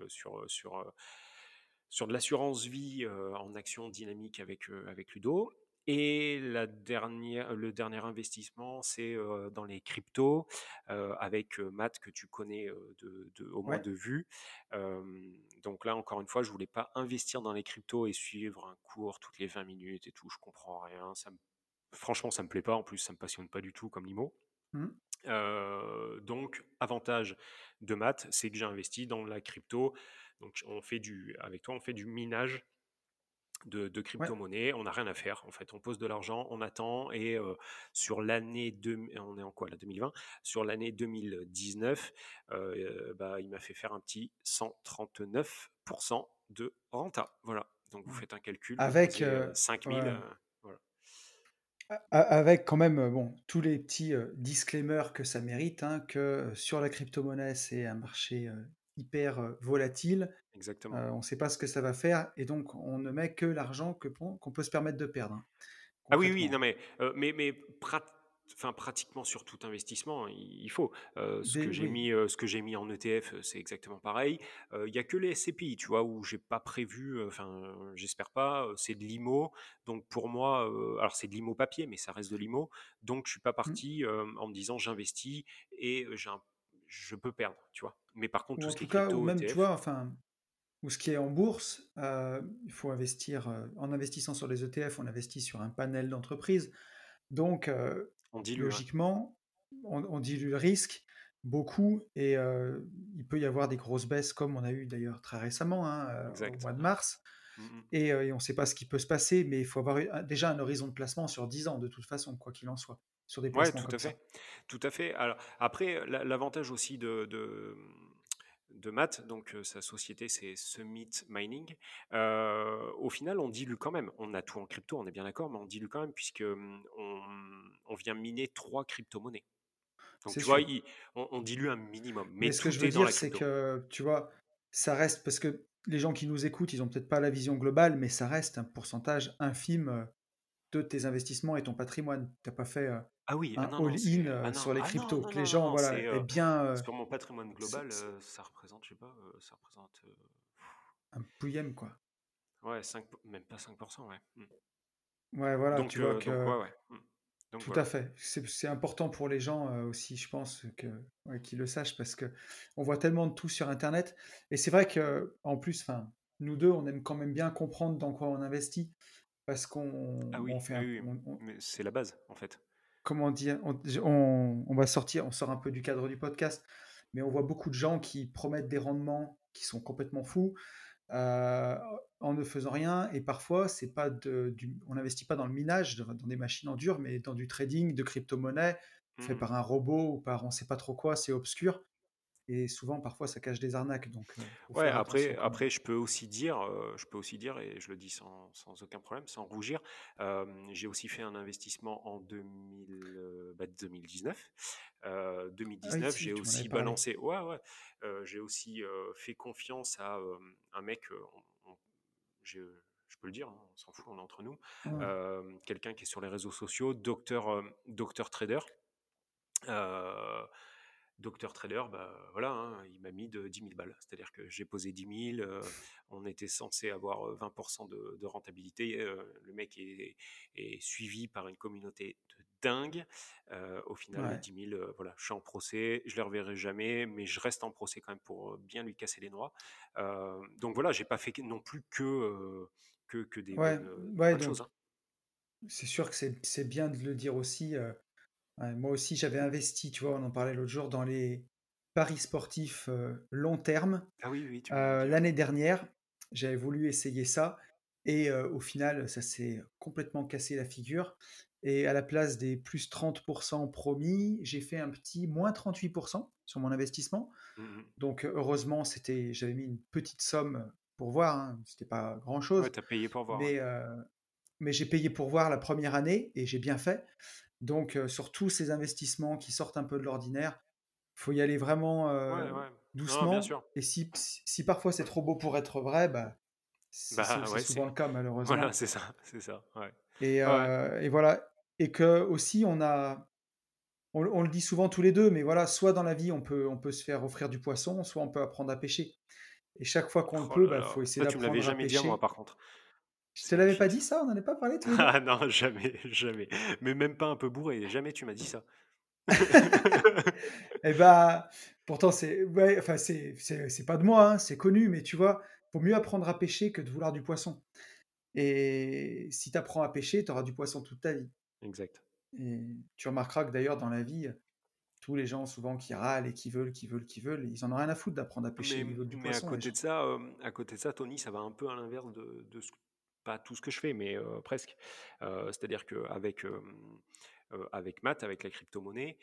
Speaker 2: sur de l'assurance vie en action dynamique avec Ludo. Et le dernier investissement, c'est dans les cryptos avec Matt, que tu connais au moins
Speaker 1: ouais.
Speaker 2: de vue. Donc là, encore une fois, je voulais pas investir dans les cryptos et suivre un cours toutes les 20 minutes et tout. Je comprends rien. Franchement, ça me plaît pas. En plus, ça me passionne pas du tout comme l'IMO.
Speaker 1: Mmh.
Speaker 2: Donc, avantage de maths, c'est que j'ai investi dans la crypto. Donc, avec toi, on fait du minage de
Speaker 1: Ouais,
Speaker 2: crypto-monnaies. On n'a rien à faire. En fait, on pose de l'argent, on attend. Et on est en quoi là, 2020. Sur l'année 2019, bah, il m'a fait faire un petit 139% de renta. Voilà. Donc, vous
Speaker 1: ouais.
Speaker 2: faites un calcul, vous
Speaker 1: Avec,
Speaker 2: posez 5000.
Speaker 1: ouais.
Speaker 2: Voilà.
Speaker 1: Avec quand même, bon, tous les petits, disclaimers que ça mérite, hein, que, sur la crypto-monnaie, c'est un marché, hyper, volatile.
Speaker 2: Exactement.
Speaker 1: On ne sait pas ce que ça va faire et donc on ne met que l'argent qu'on peut se permettre de perdre, hein,
Speaker 2: Ah oui, oui, non,
Speaker 1: concrètement.
Speaker 2: mais enfin, pratiquement sur tout investissement, il faut. Ce que
Speaker 1: Des
Speaker 2: j'ai
Speaker 1: Oui.
Speaker 2: mis, ce que j'ai mis en ETF, c'est exactement pareil. Il y a que les SCPI, tu vois, où j'ai pas prévu, enfin, j'espère pas, c'est de l'IMO. Donc pour moi, alors c'est de l'IMO papier, mais ça reste de l'IMO. Donc je suis pas
Speaker 1: Mmh.
Speaker 2: parti en me disant j'investis et je peux perdre, tu vois. Mais par contre,
Speaker 1: Ou
Speaker 2: tout
Speaker 1: en
Speaker 2: ce qui est
Speaker 1: tout cas, ou
Speaker 2: crypto,
Speaker 1: même, tu
Speaker 2: ETF,
Speaker 1: vois, enfin, ou ce qui est en bourse, il faut investir, en investissant sur les ETF, on investit sur un panel d'entreprises. Donc,
Speaker 2: on dilue, ouais.
Speaker 1: logiquement, on dilue le risque beaucoup et il peut y avoir des grosses baisses comme on a eu d'ailleurs très récemment, hein, au
Speaker 2: Exact,
Speaker 1: mois de
Speaker 2: ouais.
Speaker 1: mars
Speaker 2: Mmh.
Speaker 1: et on ne sait pas ce qui peut se passer, mais il faut avoir déjà un horizon de placement sur 10 ans de toute façon, quoi qu'il en soit, sur des
Speaker 2: Ouais,
Speaker 1: placements
Speaker 2: tout
Speaker 1: comme
Speaker 2: à
Speaker 1: ça.
Speaker 2: fait, tout à fait. Alors après, l'avantage aussi de Matt, donc sa société, c'est Summit Mining. Au final, on dilue quand même. On a tout en crypto, on est bien d'accord, mais on dilue quand même puisque, on vient miner 3 crypto-monnaies. Donc
Speaker 1: C'est
Speaker 2: tu vois,
Speaker 1: sûr.
Speaker 2: on dilue un minimum,
Speaker 1: Mais
Speaker 2: mais
Speaker 1: ce que je
Speaker 2: tout
Speaker 1: veux
Speaker 2: est dans
Speaker 1: dire,
Speaker 2: la
Speaker 1: c'est
Speaker 2: crypto.
Speaker 1: que, tu vois, ça reste parce que les gens qui nous écoutent, ils ont peut-être pas la vision globale, mais ça reste un pourcentage infime, de tes investissements et ton patrimoine. Tu as pas fait,
Speaker 2: Ah oui, ah
Speaker 1: un
Speaker 2: non, non,
Speaker 1: all-in,
Speaker 2: c'est
Speaker 1: sur les
Speaker 2: ah non,
Speaker 1: cryptos.
Speaker 2: non,
Speaker 1: Que les
Speaker 2: non, non,
Speaker 1: gens,
Speaker 2: non,
Speaker 1: voilà,
Speaker 2: c'est,
Speaker 1: aient bien,
Speaker 2: sur mon patrimoine global,
Speaker 1: c'est
Speaker 2: ça représente, je sais pas, ça représente,
Speaker 1: un pouillème, quoi.
Speaker 2: ouais, 5, même pas 5, ouais.
Speaker 1: Ouais, voilà, tu vois
Speaker 2: Donc
Speaker 1: que
Speaker 2: ouais, ouais. Donc
Speaker 1: tout à
Speaker 2: voilà.
Speaker 1: fait. C'est important pour les gens, aussi, je pense, que ouais, qu'ils le sachent parce que on voit tellement de tout sur internet et c'est vrai que en plus, enfin, nous 2 on aime quand même bien comprendre dans quoi on investit parce
Speaker 2: Ah
Speaker 1: qu'on
Speaker 2: oui,
Speaker 1: on fait
Speaker 2: oui,
Speaker 1: un
Speaker 2: oui, mais c'est la base, en fait.
Speaker 1: comment dire? On sort un peu du cadre du podcast, mais on voit beaucoup de gens qui promettent des rendements qui sont complètement fous, heu, en ne faisant rien et parfois c'est pas on n'investit pas dans le minage, dans des machines en dur, mais dans du trading de crypto-monnaie fait
Speaker 2: Mmh.
Speaker 1: par un robot ou par on sait pas trop quoi, c'est obscur et souvent parfois ça cache des arnaques donc faut
Speaker 2: Ouais,
Speaker 1: faire attention quand même.
Speaker 2: après je peux aussi dire et je le dis sans aucun problème, sans rougir, j'ai aussi fait un investissement en 2019.
Speaker 1: Ah oui,
Speaker 2: 2019, j'ai
Speaker 1: si, tu m'en avais
Speaker 2: aussi
Speaker 1: parlé.
Speaker 2: balancé ouais, ouais, j'ai aussi, fait confiance à, un mec, on je je peux le dire, hein, on s'en fout, on est entre nous,
Speaker 1: Ouais,
Speaker 2: quelqu'un qui est sur les réseaux sociaux, docteur trader. Heu, Docteur Trader, bah, voilà, hein, il m'a mis de 10 000 balles. C'est-à-dire que j'ai posé 10 000, on était censé avoir 20% de rentabilité. Le mec est suivi par une communauté de dingue. Au final, les
Speaker 1: ouais.
Speaker 2: 10 000, voilà, je suis en procès, je ne les reverrai jamais, mais je reste en procès quand même pour bien lui casser les noix. Donc voilà, j'ai pas fait non plus que
Speaker 1: Ouais,
Speaker 2: des
Speaker 1: ouais,
Speaker 2: bonnes choses,
Speaker 1: donc
Speaker 2: hein.
Speaker 1: c'est sûr que c'est bien de le dire aussi, ouais, moi aussi, j'avais investi, tu vois, on en parlait l'autre jour, dans les paris sportifs long terme.
Speaker 2: Ah oui, oui, tu me l'avais dit, ouais.
Speaker 1: L'année dernière, j'avais voulu essayer ça et au final, ça s'est complètement cassé la figure. Et à la place des plus 30% promis, j'ai fait un petit moins 38% sur mon investissement.
Speaker 2: Mmh.
Speaker 1: Donc heureusement, j'avais mis une petite somme pour voir, hein, c'était pas
Speaker 2: Ouais,
Speaker 1: grand-chose,
Speaker 2: tu payé pour voir, ouais.
Speaker 1: mais, mais j'ai payé pour voir la première année et j'ai bien fait. Donc, sur tous ces investissements qui sortent un peu de l'ordinaire, faut y aller vraiment,
Speaker 2: Ouais, ouais. Non, non, bien
Speaker 1: doucement
Speaker 2: sûr.
Speaker 1: et si parfois c'est trop beau pour être vrai, bah,
Speaker 2: Bah,
Speaker 1: c'est
Speaker 2: ouais,
Speaker 1: souvent le cas
Speaker 2: voilà,
Speaker 1: malheureusement
Speaker 2: c'est ça, ouais. Ouais, ouais.
Speaker 1: et voilà et que aussi on le dit souvent tous les 2, mais voilà, soit dans la vie on peut se faire offrir du poisson, soit on peut apprendre à pêcher et chaque fois qu'on le
Speaker 2: Oh
Speaker 1: peut,
Speaker 2: là
Speaker 1: bah,
Speaker 2: là.
Speaker 1: faut essayer
Speaker 2: Ça, tu me l'avais
Speaker 1: d'apprendre à
Speaker 2: jamais dit à moi,
Speaker 1: pêcher.
Speaker 2: par contre.
Speaker 1: Je te
Speaker 2: C'est
Speaker 1: l'avais
Speaker 2: magnifique,
Speaker 1: pas dit
Speaker 2: ça.
Speaker 1: ça? On n'en a pas parlé tous les 2?
Speaker 2: Ah non, jamais, jamais. Mais même pas un peu bourré, jamais tu m'as dit ça.
Speaker 1: Et bah, pourtant c'est ouais, enfin c'est pas de moi, hein, c'est connu, mais tu vois, faut mieux apprendre à pêcher que de vouloir du poisson. Et si tu apprends à pêcher, tu auras du poisson toute ta vie.
Speaker 2: Exact.
Speaker 1: Et tu remarqueras que d'ailleurs dans la vie, tous les gens souvent qui râlent et qui veulent, ils en ont rien à foutre d'apprendre à pêcher. Ils veulent du
Speaker 2: Mais
Speaker 1: poisson, les gens.
Speaker 2: à côté de ça, Tony, ça va un peu à l'inverse de pas tout ce que je fais, mais presque. C'est-à-dire qu'avec avec Matt, avec la crypto-monnaie,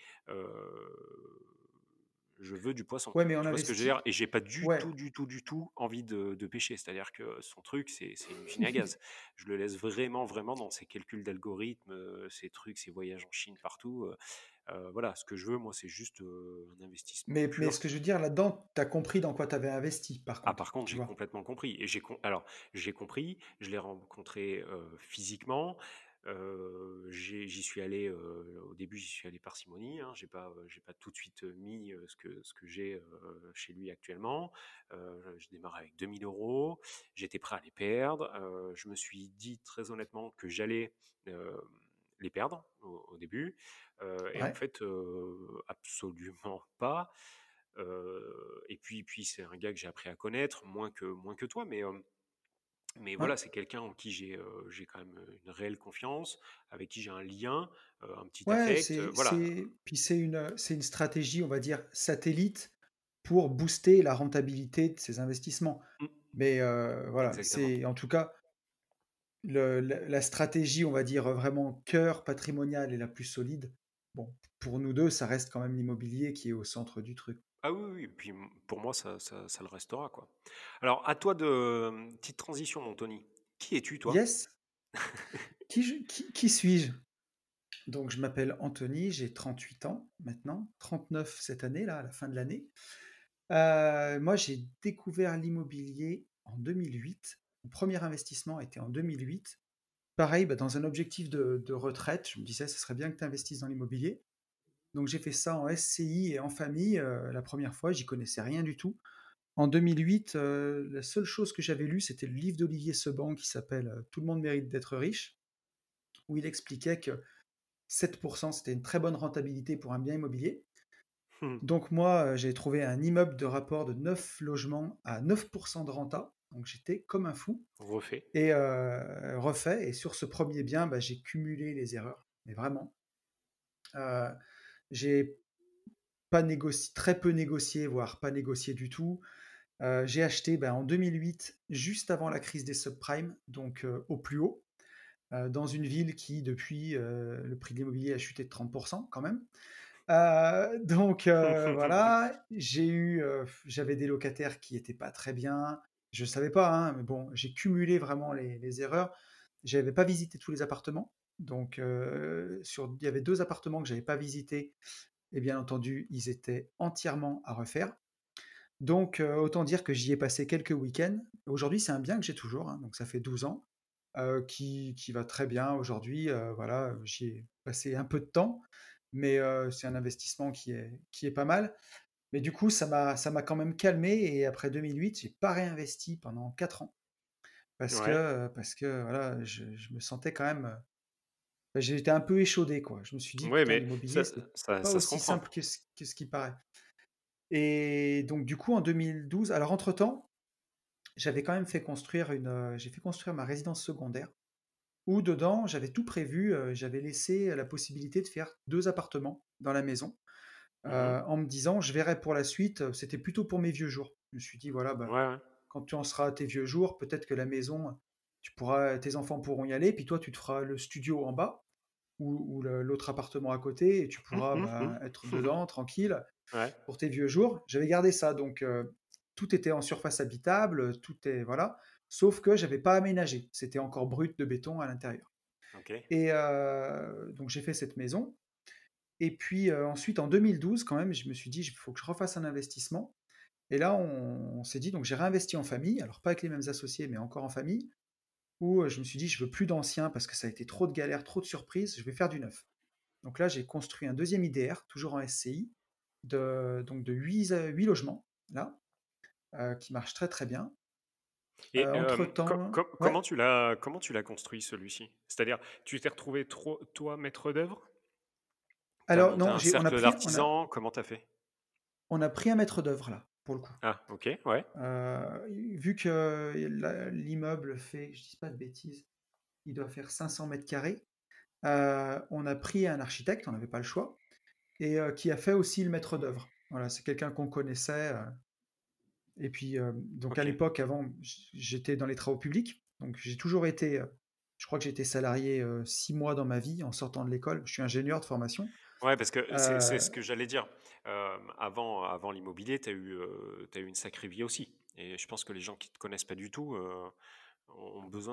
Speaker 2: je veux du poisson.
Speaker 1: Ouais, mais on
Speaker 2: Tu vois ce que je veux dire?
Speaker 1: investit.
Speaker 2: Et j'ai pas du
Speaker 1: Ouais,
Speaker 2: tout, du tout, du tout envie de pêcher. C'est-à-dire que son truc, c'est une usine à gaz. Je le laisse vraiment, vraiment dans ses calculs d'algorithmes, ses trucs, ses voyages en Chine, partout. Voilà, ce que je veux, moi, c'est juste un investissement
Speaker 1: mais
Speaker 2: pur.
Speaker 1: ce que je veux dire là-dedans, tu as compris dans quoi tu avais investi, par
Speaker 2: Ah, par
Speaker 1: contre,
Speaker 2: contre,
Speaker 1: tu
Speaker 2: j'ai
Speaker 1: vois?
Speaker 2: complètement compris et alors j'ai compris, je l'ai rencontré, physiquement, j'y suis allé, au début, j'y suis allé parcimonie, hein, j'ai pas tout de suite, mis, ce que j'ai, chez lui actuellement. Je démarrais avec 2 000 €, j'étais prêt à les perdre, je me suis dit très honnêtement que j'allais, hem, les perdre au début, et en
Speaker 1: Ouais.
Speaker 2: fait, absolument pas. Et puis c'est un gars que j'ai appris à connaître, moins que toi, mais Mais
Speaker 1: Ouais.
Speaker 2: voilà, c'est quelqu'un en qui j'ai quand même une réelle confiance, avec qui j'ai un lien, un petit
Speaker 1: Ouais,
Speaker 2: affect, voilà.
Speaker 1: puis c'est une stratégie, on va dire, satellite pour booster la rentabilité de ces investissements.
Speaker 2: Mmh,
Speaker 1: Mais voilà,
Speaker 2: exactement.
Speaker 1: c'est en tout cas la stratégie, on va dire, vraiment cœur patrimonial et la plus solide. Bon, pour nous 2 ça reste quand même l'immobilier qui est au centre du truc.
Speaker 2: Ah oui, oui, et puis pour moi, ça le restera, quoi. Alors, à toi de petite transition, mon Tony. Qui es-tu, toi?
Speaker 1: Yes, qui suis-je? Donc je m'appelle Anthony, j'ai 38 ans maintenant, 39 cette année là, à la fin de l'année. Moi j'ai découvert l'immobilier en 2008. Mon premier investissement était en 2008. Pareil, bah, dans un objectif de retraite, je me disais: «Ce serait bien que tu investisses dans l'immobilier». Donc j'ai fait ça en SCI et en famille, la première fois, j'y connaissais rien du tout. En 2008, la seule chose que j'avais lue, c'était le livre d'Olivier Seban qui s'appelle, «Tout le monde mérite d'être riche», où il expliquait que 7 c'était une très bonne rentabilité pour un bien immobilier.
Speaker 2: Mmh.
Speaker 1: Donc moi, j'ai trouvé un immeuble de rapport de 9 logements à 9 de renta, donc j'étais comme un fou
Speaker 2: Refait.
Speaker 1: et refait et sur ce premier bien, bah, j'ai cumulé les erreurs, mais vraiment. Heu, j'ai pas négocié très peu négocié, voire pas négocié du tout. J'ai acheté, bah, en 2008, juste avant la crise des subprimes, donc au plus haut, dans une ville qui depuis, le prix de l'immobilier a chuté de 30 quand même. Donc voilà, j'avais des locataires qui étaient pas très bien. Je savais pas, hein, mais bon, j'ai cumulé vraiment les erreurs. J'avais pas visité tous les appartements, donc il y avait 2 appartements que j'avais pas visités et bien entendu, ils étaient entièrement à refaire. Donc autant dire que j'y ai passé quelques week-ends. Aujourd'hui, c'est un bien que j'ai toujours, hein, donc ça fait 12 ans, qui va très bien aujourd'hui, voilà, j'y ai passé un peu de temps, mais c'est un investissement qui est pas mal. Mais du coup, ça m'a quand même calmé et après 2008, j'ai pas réinvesti pendant 4 ans
Speaker 2: Ouais.
Speaker 1: parce que voilà, je me sentais quand même, bah, j'étais un peu échaudé, quoi. Je me suis dit:
Speaker 2: Ouais,
Speaker 1: «Putain,
Speaker 2: mais
Speaker 1: l'immobilier, c'est pas
Speaker 2: ça se
Speaker 1: aussi
Speaker 2: comprend.
Speaker 1: simple que ce qui paraît». Et donc du coup, en 2012, alors entre-temps, j'avais quand même fait construire j'ai fait construire ma résidence secondaire où dedans, j'avais tout prévu, j'avais laissé la possibilité de faire 2 appartements dans la maison,
Speaker 2: Mmh.
Speaker 1: en me disant: «Je verrai pour la suite», c'était plutôt pour mes vieux jours. Je me suis dit: «Voilà,
Speaker 2: Ouais,
Speaker 1: bah,
Speaker 2: ouais.
Speaker 1: quand tu en seras à tes vieux jours, peut-être que la maison, tes enfants pourront y aller, puis toi, tu te feras le studio en bas ou l'autre appartement à côté et tu
Speaker 2: Mmh,
Speaker 1: pourras,
Speaker 2: mmh,
Speaker 1: bah, être
Speaker 2: mmh.
Speaker 1: dedans tranquille
Speaker 2: Ouais,
Speaker 1: pour tes vieux jours». J'avais gardé ça, donc tout était en surface habitable, tout est voilà, sauf que j'avais pas aménagé. C'était encore brut de béton à l'intérieur
Speaker 2: OK.
Speaker 1: et donc j'ai fait cette maison et puis, ensuite en 2012 quand même, je me suis dit: «Il faut que je refasse un investissement» et là on s'est dit donc j'ai réinvesti en famille, alors pas avec les mêmes associés, mais encore en famille, où, je me suis dit: «Je veux plus d'anciens parce que ça a été trop de galères, trop de surprises, je vais faire du neuf». Donc là, j'ai construit un deuxième IDR, toujours en SCI, de 8 logements, là, qui marche très, très bien.
Speaker 2: Et
Speaker 1: Entre-temps ouais,
Speaker 2: comment tu l'as construit, celui-ci? C'est-à-dire, tu t'es retrouvé toi, maître d'œuvre? Tu
Speaker 1: alors
Speaker 2: monté
Speaker 1: non,
Speaker 2: un
Speaker 1: j'ai
Speaker 2: cercle d'artisans? Comment t'as fait?
Speaker 1: on a pris un maître d'œuvre là, pour le coup.
Speaker 2: Ah, OK, ouais.
Speaker 1: Vu que l'immeuble fait, je dis pas de bêtises, il doit faire 500 m², on a pris un architecte, on n'avait pas le choix et qui a fait aussi le maître d'œuvre. Voilà, c'est quelqu'un qu'on connaissait, et puis, donc à
Speaker 2: OK.
Speaker 1: l'époque, avant, j'étais dans les travaux publics, donc j'ai toujours été, je crois que j'ai été salarié, 6 mois dans ma vie en sortant de l'école. Je suis ingénieur de formation.
Speaker 2: Ouais, parce que c'est
Speaker 1: Heu,
Speaker 2: ce que j'allais dire. Avant l'immobilier, tu as eu une sacrée vie aussi, et je pense que les gens qui te connaissent pas du tout, ont besoin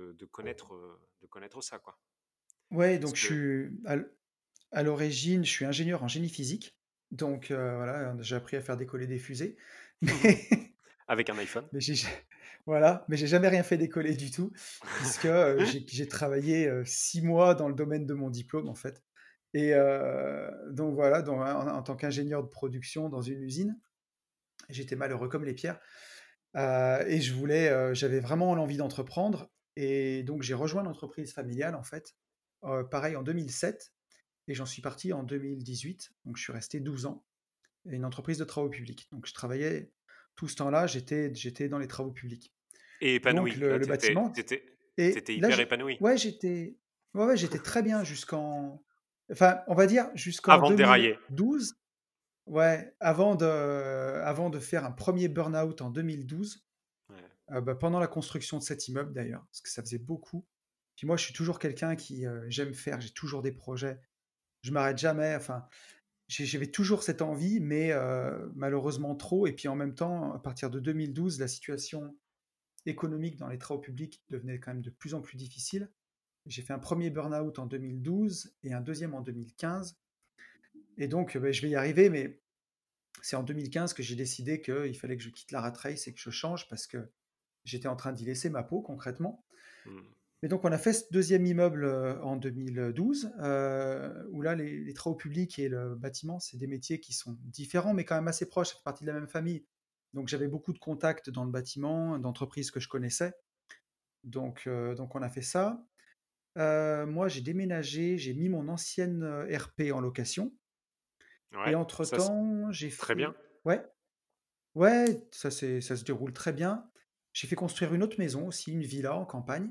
Speaker 2: de connaître ça, quoi.
Speaker 1: ouais,
Speaker 2: Parce
Speaker 1: donc je
Speaker 2: que
Speaker 1: suis à l'origine, je suis ingénieur en génie physique, donc voilà, j'ai appris à faire décoller des fusées, mais
Speaker 2: avec un iPhone.
Speaker 1: mais voilà, mais j'ai jamais rien fait décoller du tout puisque, j'ai travaillé, 6 mois dans le domaine de mon diplôme, en fait et donc voilà, en tant qu'ingénieur de production dans une usine. J'étais malheureux comme les pierres, et j'avais vraiment l'envie d'entreprendre et donc j'ai rejoint l'entreprise familiale, en fait, pareil en 2007 et j'en suis parti en 2018, donc je suis resté 12 ans et une entreprise de travaux publics. Donc je travaillais tout ce temps-là, j'étais dans les travaux publics.
Speaker 2: Et
Speaker 1: Donc
Speaker 2: épanoui, là,
Speaker 1: le bâtiment et
Speaker 2: t'étais
Speaker 1: là
Speaker 2: hyper
Speaker 1: j'ai
Speaker 2: épanoui?
Speaker 1: ouais, j'étais très bien jusqu'en enfin, on va dire jusqu'en
Speaker 2: Avant de dérailler?
Speaker 1: 2012. Ouais, avant de faire un premier burn-out en 2012,
Speaker 2: Ouais.
Speaker 1: bah, pendant la construction de cet immeuble d'ailleurs, parce que ça faisait beaucoup. Puis moi, je suis toujours quelqu'un qui, j'aime faire, j'ai toujours des projets, je m'arrête jamais, enfin, j'avais toujours cette envie, mais malheureusement trop et puis en même temps, à partir de 2012, la situation économique dans les travaux publics devenait quand même de plus en plus difficile. J'ai fait un premier burn-out en 2012 et un deuxième en 2015 et donc, beh, je vais y arriver, mais c'est en 2015 que j'ai décidé qu'il fallait que je quitte la rat race et que je change parce que j'étais en train d'y laisser ma peau concrètement.
Speaker 2: Mmh.
Speaker 1: Et donc on a fait ce deuxième immeuble en 2012, où là les travaux publics et le bâtiment, c'est des métiers qui sont différents mais quand même assez proches, ça fait partie de la même famille. Donc j'avais beaucoup de contacts dans le bâtiment, d'entreprises que je connaissais. Donc on a fait ça. Moi j'ai déménagé, j'ai mis mon ancienne RP en location et
Speaker 2: Ouais, ça c'est
Speaker 1: entre-temps j'ai
Speaker 2: très bien.
Speaker 1: fait ouais. Ouais, ça se déroule très bien. J'ai fait construire une autre maison aussi, une villa en campagne,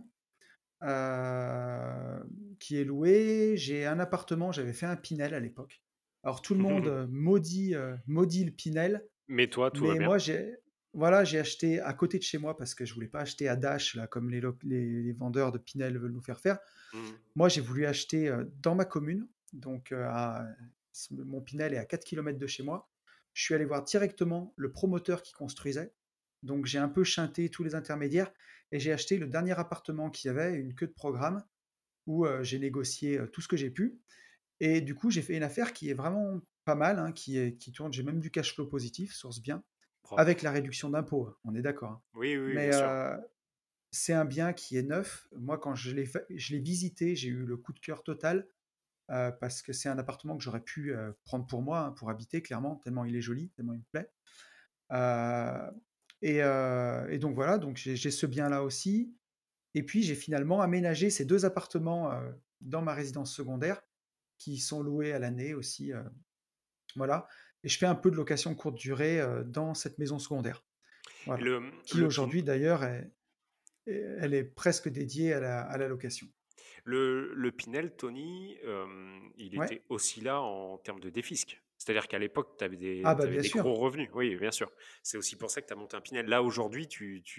Speaker 1: qui est louée. J'ai un appartement, j'avais fait un Pinel à l'époque. Alors tout le monde, maudit le Pinel,
Speaker 2: Mais toi, tout va
Speaker 1: mais
Speaker 2: bien?
Speaker 1: moi j'ai acheté à côté de chez moi parce que je voulais pas acheter à Dash là comme les vendeurs de Pinel veulent nous faire faire.
Speaker 2: Mmh.
Speaker 1: Moi j'ai voulu acheter, dans ma commune, donc mon Pinel est à 4 kilomètres de chez moi. Je suis allé voir directement le promoteur qui construisait, donc j'ai un peu shunté tous les intermédiaires et j'ai acheté le dernier appartement qu'il y avait, une queue de programme où, j'ai négocié, tout ce que j'ai pu et du coup, j'ai fait une affaire qui est vraiment pas mal, hein, qui tourne. J'ai même du cash flow positif, source bien,
Speaker 2: Propre.
Speaker 1: avec la réduction d'impôts, hein, on est d'accord, hein.
Speaker 2: Oui, oui, oui, bien
Speaker 1: Mais,
Speaker 2: sûr.
Speaker 1: c'est un bien qui est neuf. Moi, quand je l'ai visité, j'ai eu le coup de cœur total, parce que c'est un appartement que j'aurais pu, prendre pour moi, hein, pour habiter clairement, tellement il est joli, tellement il me plaît. Heu et donc voilà, donc j'ai ce bien-là aussi et puis j'ai finalement aménagé ces 2 appartements, dans ma résidence secondaire qui sont loués à l'année aussi, voilà et je fais un peu de location courte durée, dans cette maison secondaire. Voilà.
Speaker 2: Le,
Speaker 1: Qui
Speaker 2: le, pin-
Speaker 1: aujourd'hui d'ailleurs elle est presque dédiée à la location.
Speaker 2: le Pinel, Tony, il
Speaker 1: Ouais.
Speaker 2: était aussi là en termes de défisque. C'est-à-dire qu'à l'époque, tu avais
Speaker 1: Ah bah,
Speaker 2: t'avais
Speaker 1: bien
Speaker 2: des gros
Speaker 1: sûr.
Speaker 2: revenus. Oui, bien sûr. C'est aussi pour ça que tu as monté un Pinel. Là, aujourd'hui,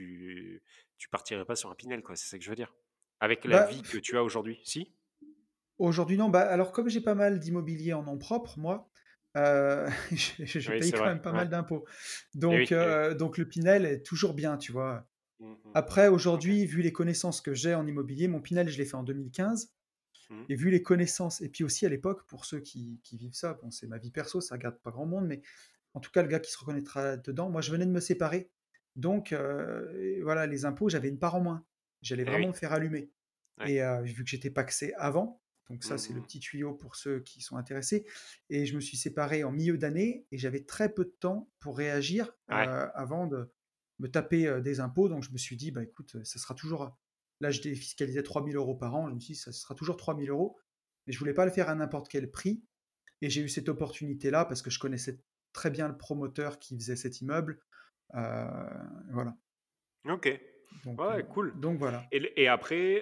Speaker 2: tu partirais pas sur un Pinel, quoi. C'est ça que je veux dire. Avec la
Speaker 1: Bah,
Speaker 2: vie que tu as aujourd'hui. Si?
Speaker 1: aujourd'hui non, bah, alors comme j'ai pas mal d'immobilier en nom propre moi, je
Speaker 2: Oui,
Speaker 1: paye
Speaker 2: c'est
Speaker 1: quand
Speaker 2: vrai.
Speaker 1: même pas
Speaker 2: Ouais.
Speaker 1: mal d'impôts.
Speaker 2: Eh
Speaker 1: Donc
Speaker 2: oui, eh oui.
Speaker 1: donc le Pinel est toujours bien, tu vois?
Speaker 2: Mhm.
Speaker 1: Après
Speaker 2: Ok.
Speaker 1: aujourd'hui, vu les connaissances que j'ai en immobilier, mon Pinel je l'ai fait en 2015
Speaker 2: Mhm.
Speaker 1: et vu les connaissances et puis aussi à l'époque pour ceux qui vivent ça, bon c'est ma vie perso, ça regarde pas grand monde, mais en tout cas le gars qui se reconnaîtra dedans, moi je venais de me séparer. Donc et voilà, les impôts, j'avais une part en moins. J'allais
Speaker 2: Eh
Speaker 1: vraiment
Speaker 2: oui.
Speaker 1: me faire allumer.
Speaker 2: Ouais.
Speaker 1: Et vu que j'étais pacsé avant, donc ça c'est le
Speaker 2: Mhm.
Speaker 1: petit tuyau pour ceux qui sont intéressés, et je me suis séparé en milieu d'année et j'avais très peu de temps pour réagir
Speaker 2: Ouais.
Speaker 1: avant de me taper des impôts. Donc je me suis dit, bah écoute, ça sera toujours. Là, je défiscalisais 3 000 € par an. Je me suis dit, ça sera toujours 3 000 €. Mais je voulais pas le faire à n'importe quel prix. Et j'ai eu cette opportunité-là parce que je connaissais très bien le promoteur qui faisait cet immeuble. Voilà.
Speaker 2: Ok.
Speaker 1: Donc,
Speaker 2: Ouais, cool.
Speaker 1: donc voilà.
Speaker 2: Et après,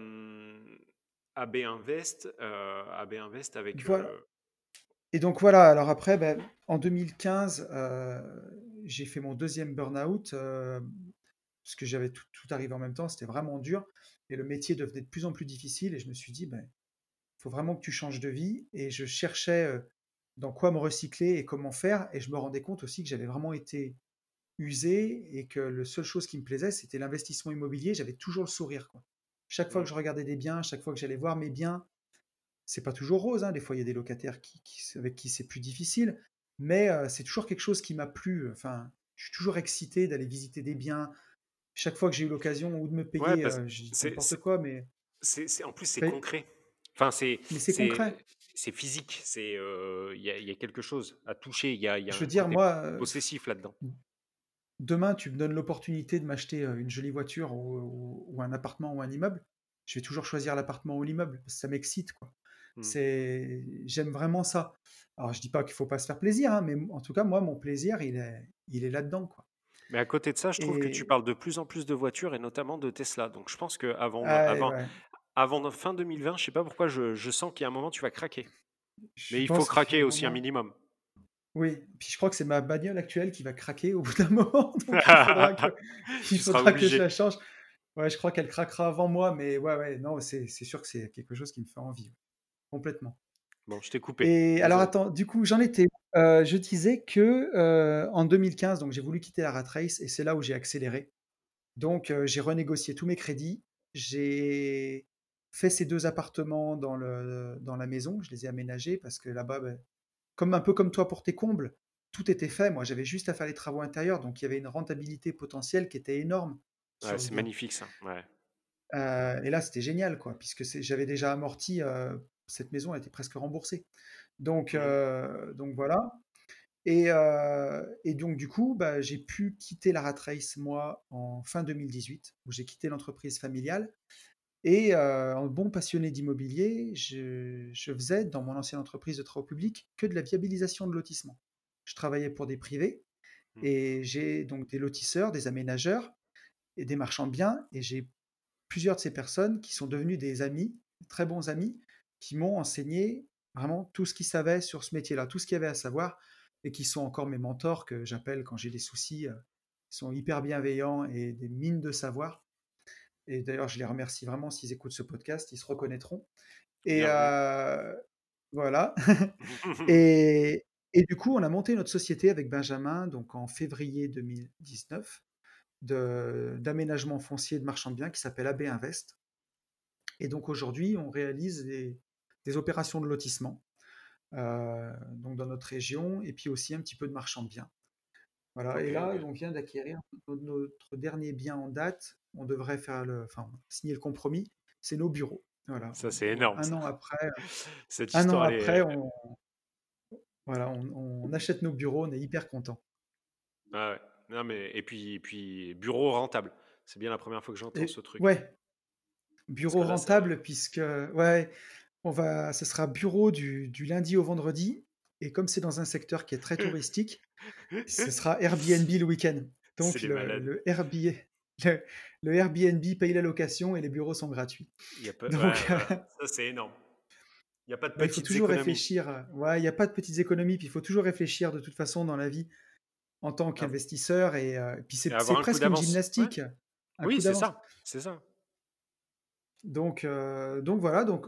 Speaker 2: AB Invest avec.
Speaker 1: Voilà. Et donc voilà, alors après, ben, en 2015, j'ai fait mon deuxième burn-out, parce que j'avais tout arrivé en même temps, c'était vraiment dur, et le métier devenait de plus en plus difficile, et je me suis dit, ben, il faut vraiment que tu changes de vie, et je cherchais dans quoi me recycler et comment faire, et je me rendais compte aussi que j'avais vraiment été usé, et que la seule chose qui me plaisait, c'était l'investissement immobilier, j'avais toujours le sourire, quoi. Chaque fois que
Speaker 2: Hmm.
Speaker 1: je regardais des biens, chaque fois que j'allais voir mes biens, c'est pas toujours rose, hein, des fois il y a des locataires avec qui c'est plus difficile, mais c'est toujours quelque chose qui m'a plu. Enfin, je suis toujours excité d'aller visiter des biens. Chaque fois que j'ai eu l'occasion ou de me
Speaker 2: Ouais,
Speaker 1: payer,
Speaker 2: parce
Speaker 1: je dis
Speaker 2: c'est,
Speaker 1: n'importe
Speaker 2: c'est,
Speaker 1: quoi, mais,
Speaker 2: en plus, c'est
Speaker 1: mais,
Speaker 2: concret. Enfin,
Speaker 1: mais c'est concret.
Speaker 2: c'est physique. Il y a quelque chose à toucher. Il y a
Speaker 1: Je veux
Speaker 2: un
Speaker 1: dire,
Speaker 2: côté
Speaker 1: moi,
Speaker 2: possessif là-dedans.
Speaker 1: demain, tu me donnes l'opportunité de m'acheter une jolie voiture ou un appartement ou un immeuble, je vais toujours choisir l'appartement ou l'immeuble, parce que ça m'excite, quoi.
Speaker 2: Hmm.
Speaker 1: J'aime vraiment ça. Alors, je dis pas qu'il faut pas se faire plaisir, hein, mais en tout cas, moi, mon plaisir, il est là-dedans, quoi.
Speaker 2: Mais à côté de ça, je trouve que tu
Speaker 1: Et
Speaker 2: parles de plus en plus de voitures et notamment de Tesla. Donc je pense que
Speaker 1: ah, et ouais,
Speaker 2: avant fin 2020, je sais pas pourquoi, je sens qu'il y a un moment tu vas craquer. Mais
Speaker 1: je
Speaker 2: il faut
Speaker 1: pense qu'il faut
Speaker 2: craquer
Speaker 1: un
Speaker 2: aussi un
Speaker 1: moment.
Speaker 2: minimum.
Speaker 1: Oui, puis je crois que c'est ma bagnole actuelle qui va craquer au bout d'un moment, donc il faudra que il
Speaker 2: Tu seras
Speaker 1: faudra que je
Speaker 2: obligé.
Speaker 1: la change. Ouais, je crois qu'elle craquera avant moi, mais ouais, ouais, non, c'est sûr que c'est quelque chose qui me fait envie, ouais, complètement.
Speaker 2: Bon, je t'ai coupé.
Speaker 1: Et alors
Speaker 2: Désolé.
Speaker 1: attends, du coup, j'en étais où? Je disais que, en 2015, donc j'ai voulu quitter la rat race et c'est là où j'ai accéléré. Donc, j'ai renégocié tous mes crédits. J'ai fait ces 2 appartements dans la maison. Je les ai aménagés parce que là-bas, comme un peu comme toi pour tes combles, tout était fait. Moi, j'avais juste à faire les travaux intérieurs, donc il y avait une rentabilité potentielle qui était énorme
Speaker 2: Ouais,
Speaker 1: sur le
Speaker 2: c'est
Speaker 1: bien.
Speaker 2: magnifique ça. Ouais.
Speaker 1: Et là, c'était génial, quoi, puisque j'avais déjà amorti, cette maison, elle était presque remboursée.
Speaker 2: Mhm.
Speaker 1: Donc voilà. Et donc du coup, bah, j'ai pu quitter la rat race, moi, en fin 2018, où j'ai quitté l'entreprise familiale. Et en bon passionné d'immobilier, je faisais, dans mon ancienne entreprise de travaux publics, que de la viabilisation de lotissement. Je travaillais pour des privés
Speaker 2: Mhm.
Speaker 1: et j'ai donc des lotisseurs, des aménageurs et des marchands de biens. Et j'ai plusieurs de ces personnes qui sont devenues des amis, très bons amis, qui m'ont enseigné vraiment tout ce qu'ils savaient sur ce métier-là, tout ce qu'il y avait à savoir, et qui sont encore mes mentors que j'appelle quand j'ai des soucis. Ils sont hyper bienveillants et des mines de savoir. Et d'ailleurs, je les remercie vraiment s'ils écoutent ce podcast, ils se reconnaîtront. Et
Speaker 2: Bienvenue.
Speaker 1: voilà. Et, et du coup, on a monté notre société avec Benjamin, donc en février 2019, d'aménagement foncier de marchand de biens qui s'appelle AB Invest. Et donc aujourd'hui, on réalise des opérations de lotissement donc dans notre région et puis aussi un petit peu de marchand de biens. Voilà.
Speaker 2: Ok,
Speaker 1: Et là,
Speaker 2: ok.
Speaker 1: on vient d'acquérir notre dernier bien en date. On devrait faire enfin, signer le compromis. C'est nos bureaux. Voilà.
Speaker 2: Ça, c'est
Speaker 1: Donc,
Speaker 2: énorme, ça. Cette
Speaker 1: un an
Speaker 2: histoire, elle
Speaker 1: après,
Speaker 2: est.
Speaker 1: voilà, on achète nos bureaux. On est hyper content.
Speaker 2: Ah ouais. Non, mais et puis bureau rentable. C'est bien la première fois que j'entends
Speaker 1: Et
Speaker 2: ce truc.
Speaker 1: ouais,
Speaker 2: Parce
Speaker 1: bureau
Speaker 2: que là,
Speaker 1: rentable puisque ouais, ce sera bureau du lundi au vendredi. Et comme c'est dans un secteur qui est très touristique, ce sera Airbnb le week-end.
Speaker 2: c'est
Speaker 1: Donc
Speaker 2: des malades.
Speaker 1: Le, le Airbnb paye la location et les bureaux sont gratuits.
Speaker 2: Il y a pas... Ouais,
Speaker 1: Donc,
Speaker 2: voilà. Ça, c'est énorme. Il n'y a pas de
Speaker 1: bah, il faut
Speaker 2: petites
Speaker 1: toujours
Speaker 2: économies.
Speaker 1: réfléchir. Ouais, il n'y a pas de petites économies, puis il faut toujours réfléchir de toute façon dans la vie en tant
Speaker 2: Av-
Speaker 1: qu'investisseur. Puis
Speaker 2: Et
Speaker 1: c'est
Speaker 2: avoir un coup
Speaker 1: presque une
Speaker 2: d'avance. Ouais.
Speaker 1: gymnastique, un
Speaker 2: Oui,
Speaker 1: coup
Speaker 2: c'est
Speaker 1: d'avance.
Speaker 2: ça. C'est ça.
Speaker 1: Donc voilà, donc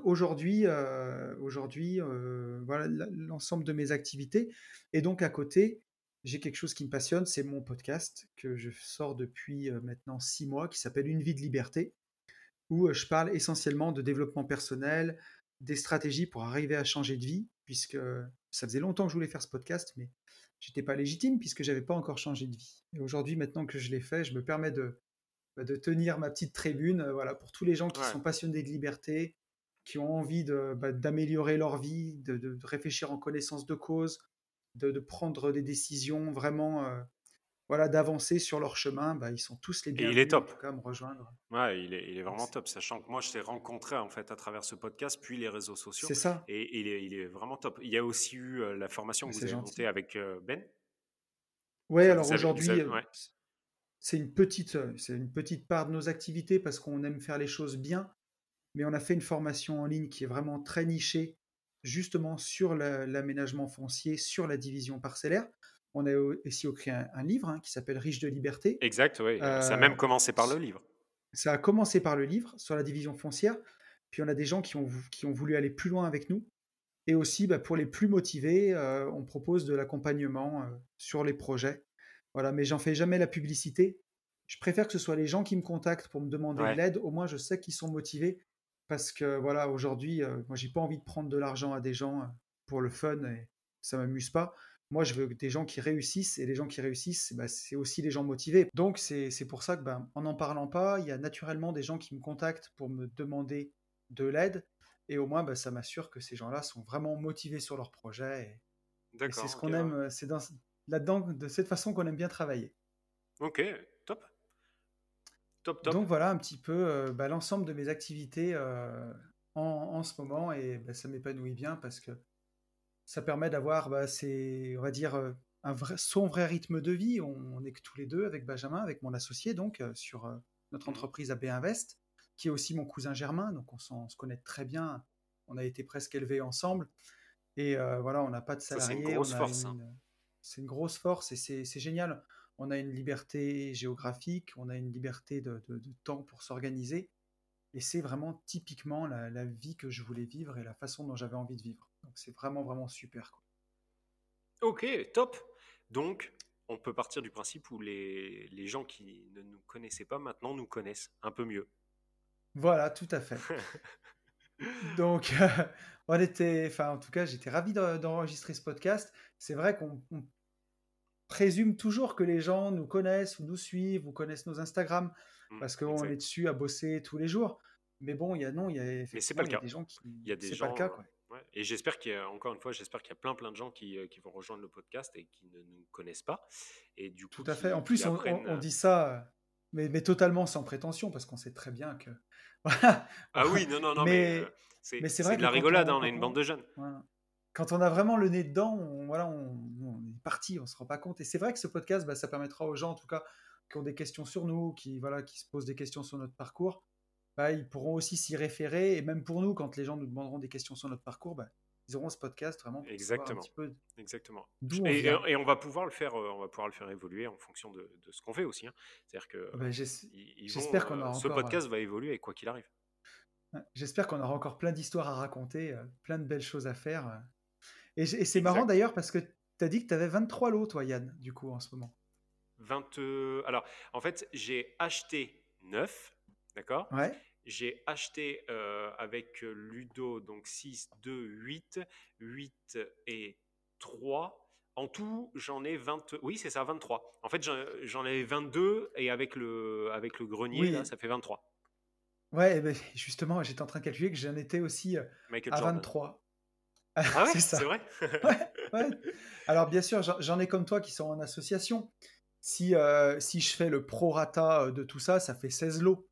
Speaker 1: aujourd'hui voilà l'ensemble de mes activités. Et donc à côté, j'ai quelque chose qui me passionne, c'est mon podcast que je sors depuis maintenant 6 mois, qui s'appelle Une vie de liberté, où je parle essentiellement de développement personnel, des stratégies pour arriver à changer de vie, puisque ça faisait longtemps que je voulais faire ce podcast, mais j'étais pas légitime puisque j'avais pas encore changé de vie. Et aujourd'hui, maintenant que je l'ai fait, je me permets de tenir ma petite tribune, voilà, pour tous les gens qui
Speaker 2: Ouais.
Speaker 1: sont passionnés de liberté, qui ont envie d'améliorer leur vie, de réfléchir en connaissance de cause, de prendre des décisions vraiment, voilà, d'avancer sur leur chemin. Ils sont tous les
Speaker 2: Et il est
Speaker 1: bienvenus, en
Speaker 2: top.
Speaker 1: tout cas, à me rejoindre.
Speaker 2: Ouais, il est
Speaker 1: Donc,
Speaker 2: vraiment top. Sachant que moi, je t'ai rencontré en fait à travers ce podcast, puis les réseaux sociaux.
Speaker 1: c'est ça.
Speaker 2: Et il est vraiment top. Il y a aussi eu la formation que vous
Speaker 1: C'est
Speaker 2: avez
Speaker 1: gentil.
Speaker 2: montée avec Ben.
Speaker 1: Ouais,
Speaker 2: Enfin,
Speaker 1: alors aujourd'hui,
Speaker 2: ouais.
Speaker 1: c'est une petite part de nos activités parce qu'on aime faire les choses bien, mais on a fait une formation en ligne qui est vraiment très nichée, justement sur l'aménagement foncier, sur la division parcellaire. On a aussi écrit un livre qui s'appelle Riche de liberté.
Speaker 2: Exact, oui. Ça a
Speaker 1: Euh,
Speaker 2: même commencé par le livre.
Speaker 1: Ça a commencé par le livre sur la division foncière, puis on a des gens qui ont voulu aller plus loin avec nous. Et aussi, pour les plus motivés, on propose de l'accompagnement sur les projets. Voilà, mais j'en fais jamais la publicité. Je préfère que ce soit les gens qui me contactent pour me demander de
Speaker 2: Ouais.
Speaker 1: l'aide. Au moins, je sais qu'ils sont motivés parce que voilà, aujourd'hui, moi, j'ai pas envie de prendre de l'argent à des gens pour le fun et ça m'amuse pas. Moi, je veux des gens qui réussissent et les gens qui réussissent, c'est aussi les gens motivés. Donc, c'est pour ça que, en n'en parlant pas, il y a naturellement des gens qui me contactent pour me demander de l'aide et au moins, ça m'assure que ces gens-là sont vraiment motivés sur leur projet. Et c'est
Speaker 2: D'accord,
Speaker 1: ce
Speaker 2: ok.
Speaker 1: qu'on
Speaker 2: Ouais.
Speaker 1: aime, c'est là-dedans, de cette façon qu'on aime bien travailler.
Speaker 2: Ok, top. Top, top.
Speaker 1: Donc voilà un petit peu l'ensemble de mes activités en ce moment. Et ça m'épanouit bien parce que ça permet d'avoir on va dire, son vrai rythme de vie. On est que tous les deux avec Benjamin, avec mon associé, donc, sur notre
Speaker 2: Mhm.
Speaker 1: entreprise AB Invest, qui est aussi mon cousin Germain, donc on se connaît très bien. On a été presque élevés ensemble. Et voilà, on n'a pas de
Speaker 2: Ça, c'est une
Speaker 1: salariés,
Speaker 2: grosse force, hein.
Speaker 1: c'est une grosse force et c'est génial. On a une liberté géographique, on a une liberté de temps pour s'organiser. Et c'est vraiment typiquement la vie que je voulais vivre et la façon dont j'avais envie de vivre. Donc c'est vraiment, vraiment super, quoi.
Speaker 2: Ok, top. Donc, on peut partir du principe où les gens qui ne nous connaissaient pas maintenant nous connaissent un peu mieux.
Speaker 1: Voilà, tout à fait. Donc, enfin, en tout cas, j'étais ravi d'enregistrer ce podcast. C'est vrai qu'on présume toujours que les gens nous connaissent ou nous suivent ou connaissent nos Instagram
Speaker 2: Mm,
Speaker 1: parce qu'on est
Speaker 2: exact.
Speaker 1: dessus à bosser tous les jours. Mais bon, non,
Speaker 2: Mais c'est pas
Speaker 1: effectivement,
Speaker 2: le
Speaker 1: il y a
Speaker 2: cas.
Speaker 1: des gens qui,
Speaker 2: Il y a des
Speaker 1: c'est pas le
Speaker 2: gens,
Speaker 1: cas, quoi.
Speaker 2: ouais. Et j'espère qu'il y a, encore une fois, j'espère qu'il y a plein de gens qui vont rejoindre le podcast et qui ne nous connaissent pas et du
Speaker 1: Tout
Speaker 2: coup
Speaker 1: à fait. En
Speaker 2: qui
Speaker 1: plus,
Speaker 2: apprennent.
Speaker 1: on dit ça, mais totalement sans prétention parce qu'on sait très bien que, voilà.
Speaker 2: Ah oui, non, non, non,
Speaker 1: Mais,
Speaker 2: c'est
Speaker 1: mais c'est
Speaker 2: c'est
Speaker 1: vrai
Speaker 2: de
Speaker 1: que
Speaker 2: la rigolade, hein, on est une bande de jeunes.
Speaker 1: voilà. Quand on a vraiment le nez dedans, voilà, on est parti, on se rend pas compte. Et c'est vrai que ce podcast, bah, ça permettra aux gens, en tout cas, qui ont des questions sur nous, voilà, qui se posent des questions sur notre parcours, bah, ils pourront aussi s'y référer. Et même pour nous, quand les gens nous demanderont des questions sur notre parcours, bah, ils auront ce podcast vraiment pour savoir un
Speaker 2: Exactement,
Speaker 1: petit peu
Speaker 2: exactement.
Speaker 1: d'où on vient.
Speaker 2: Et on va pouvoir le faire évoluer en fonction de ce qu'on fait aussi, hein. C'est-à-dire que
Speaker 1: Bah,
Speaker 2: ils vont,
Speaker 1: j'espère qu'on aura
Speaker 2: ce
Speaker 1: encore,
Speaker 2: podcast va évoluer quoi qu'il arrive.
Speaker 1: ouais, j'espère qu'on aura encore plein d'histoires à raconter, plein de belles choses à faire. Et c'est marrant
Speaker 2: Exact.
Speaker 1: d'ailleurs parce que tu as dit que tu avais 23 lots, toi, Yann, du coup, en ce moment.
Speaker 2: 20, alors, en fait, j'ai acheté 9, d'accord.
Speaker 1: Ouais,
Speaker 2: J'ai acheté avec Ludo, donc 6, 2, 8, 8 et 3. En tout, j'en ai 20. Oui, c'est ça, 23. En fait, j'en ai 22 et avec le grenier, là,
Speaker 1: oui,
Speaker 2: ça fait 23.
Speaker 1: ouais, ben, justement, j'étais en train de calculer que j'en étais aussi
Speaker 2: Michael
Speaker 1: à
Speaker 2: Jordan.
Speaker 1: 23.
Speaker 2: Ah ouais,
Speaker 1: C'est
Speaker 2: c'est
Speaker 1: ça.
Speaker 2: vrai.
Speaker 1: Ouais, ouais. Alors, bien sûr, j'en ai comme toi qui sont en association. Si je fais le prorata de tout ça, ça fait 16 lots.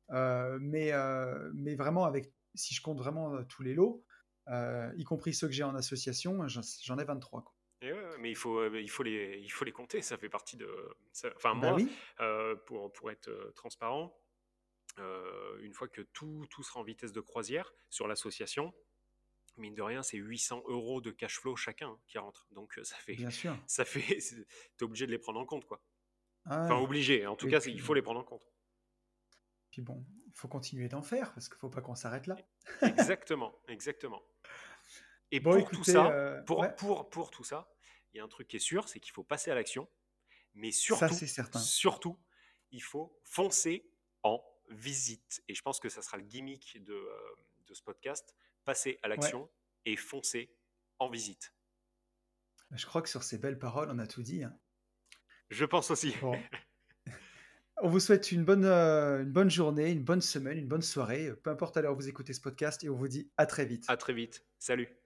Speaker 1: Mais vraiment, si je compte vraiment tous les lots, y compris ceux que j'ai en association, j'en ai 23, quoi.
Speaker 2: Et ouais, ouais, mais il faut les compter, ça fait partie de. Enfin,
Speaker 1: Bah
Speaker 2: moi,
Speaker 1: oui,
Speaker 2: pour être transparent, une fois que tout sera en vitesse de croisière sur l'association, mine de rien, c'est 800 euros de cash flow chacun, hein, qui rentre. Donc ça fait,
Speaker 1: bien sûr.
Speaker 2: ça fait, t'es obligé de les prendre en compte, quoi.
Speaker 1: Ah
Speaker 2: Enfin,
Speaker 1: ouais.
Speaker 2: obligé. En tout
Speaker 1: Et
Speaker 2: cas, il faut
Speaker 1: puis,
Speaker 2: les prendre en compte.
Speaker 1: puis bon, il faut continuer d'en faire parce qu'il faut pas qu'on s'arrête là.
Speaker 2: Exactement, exactement. Et
Speaker 1: Bon,
Speaker 2: pour tout
Speaker 1: écoutez,
Speaker 2: ça,
Speaker 1: ouais,
Speaker 2: pour tout ça, il y a un truc qui est sûr, c'est qu'il faut passer à l'action. Mais
Speaker 1: ça
Speaker 2: surtout,
Speaker 1: c'est certain.
Speaker 2: surtout, il faut foncer en visite. Et je pense que ça sera le gimmick de ce podcast, passer à
Speaker 1: Ouais,
Speaker 2: l'action et foncer en visite.
Speaker 1: je crois que sur ces belles paroles, on a tout dit, hein.
Speaker 2: Je pense aussi.
Speaker 1: Bon, on vous souhaite une bonne journée, une bonne semaine, une bonne soirée, peu importe à l'heure où vous écoutez ce podcast, et on vous dit à très vite.
Speaker 2: À très vite. Salut.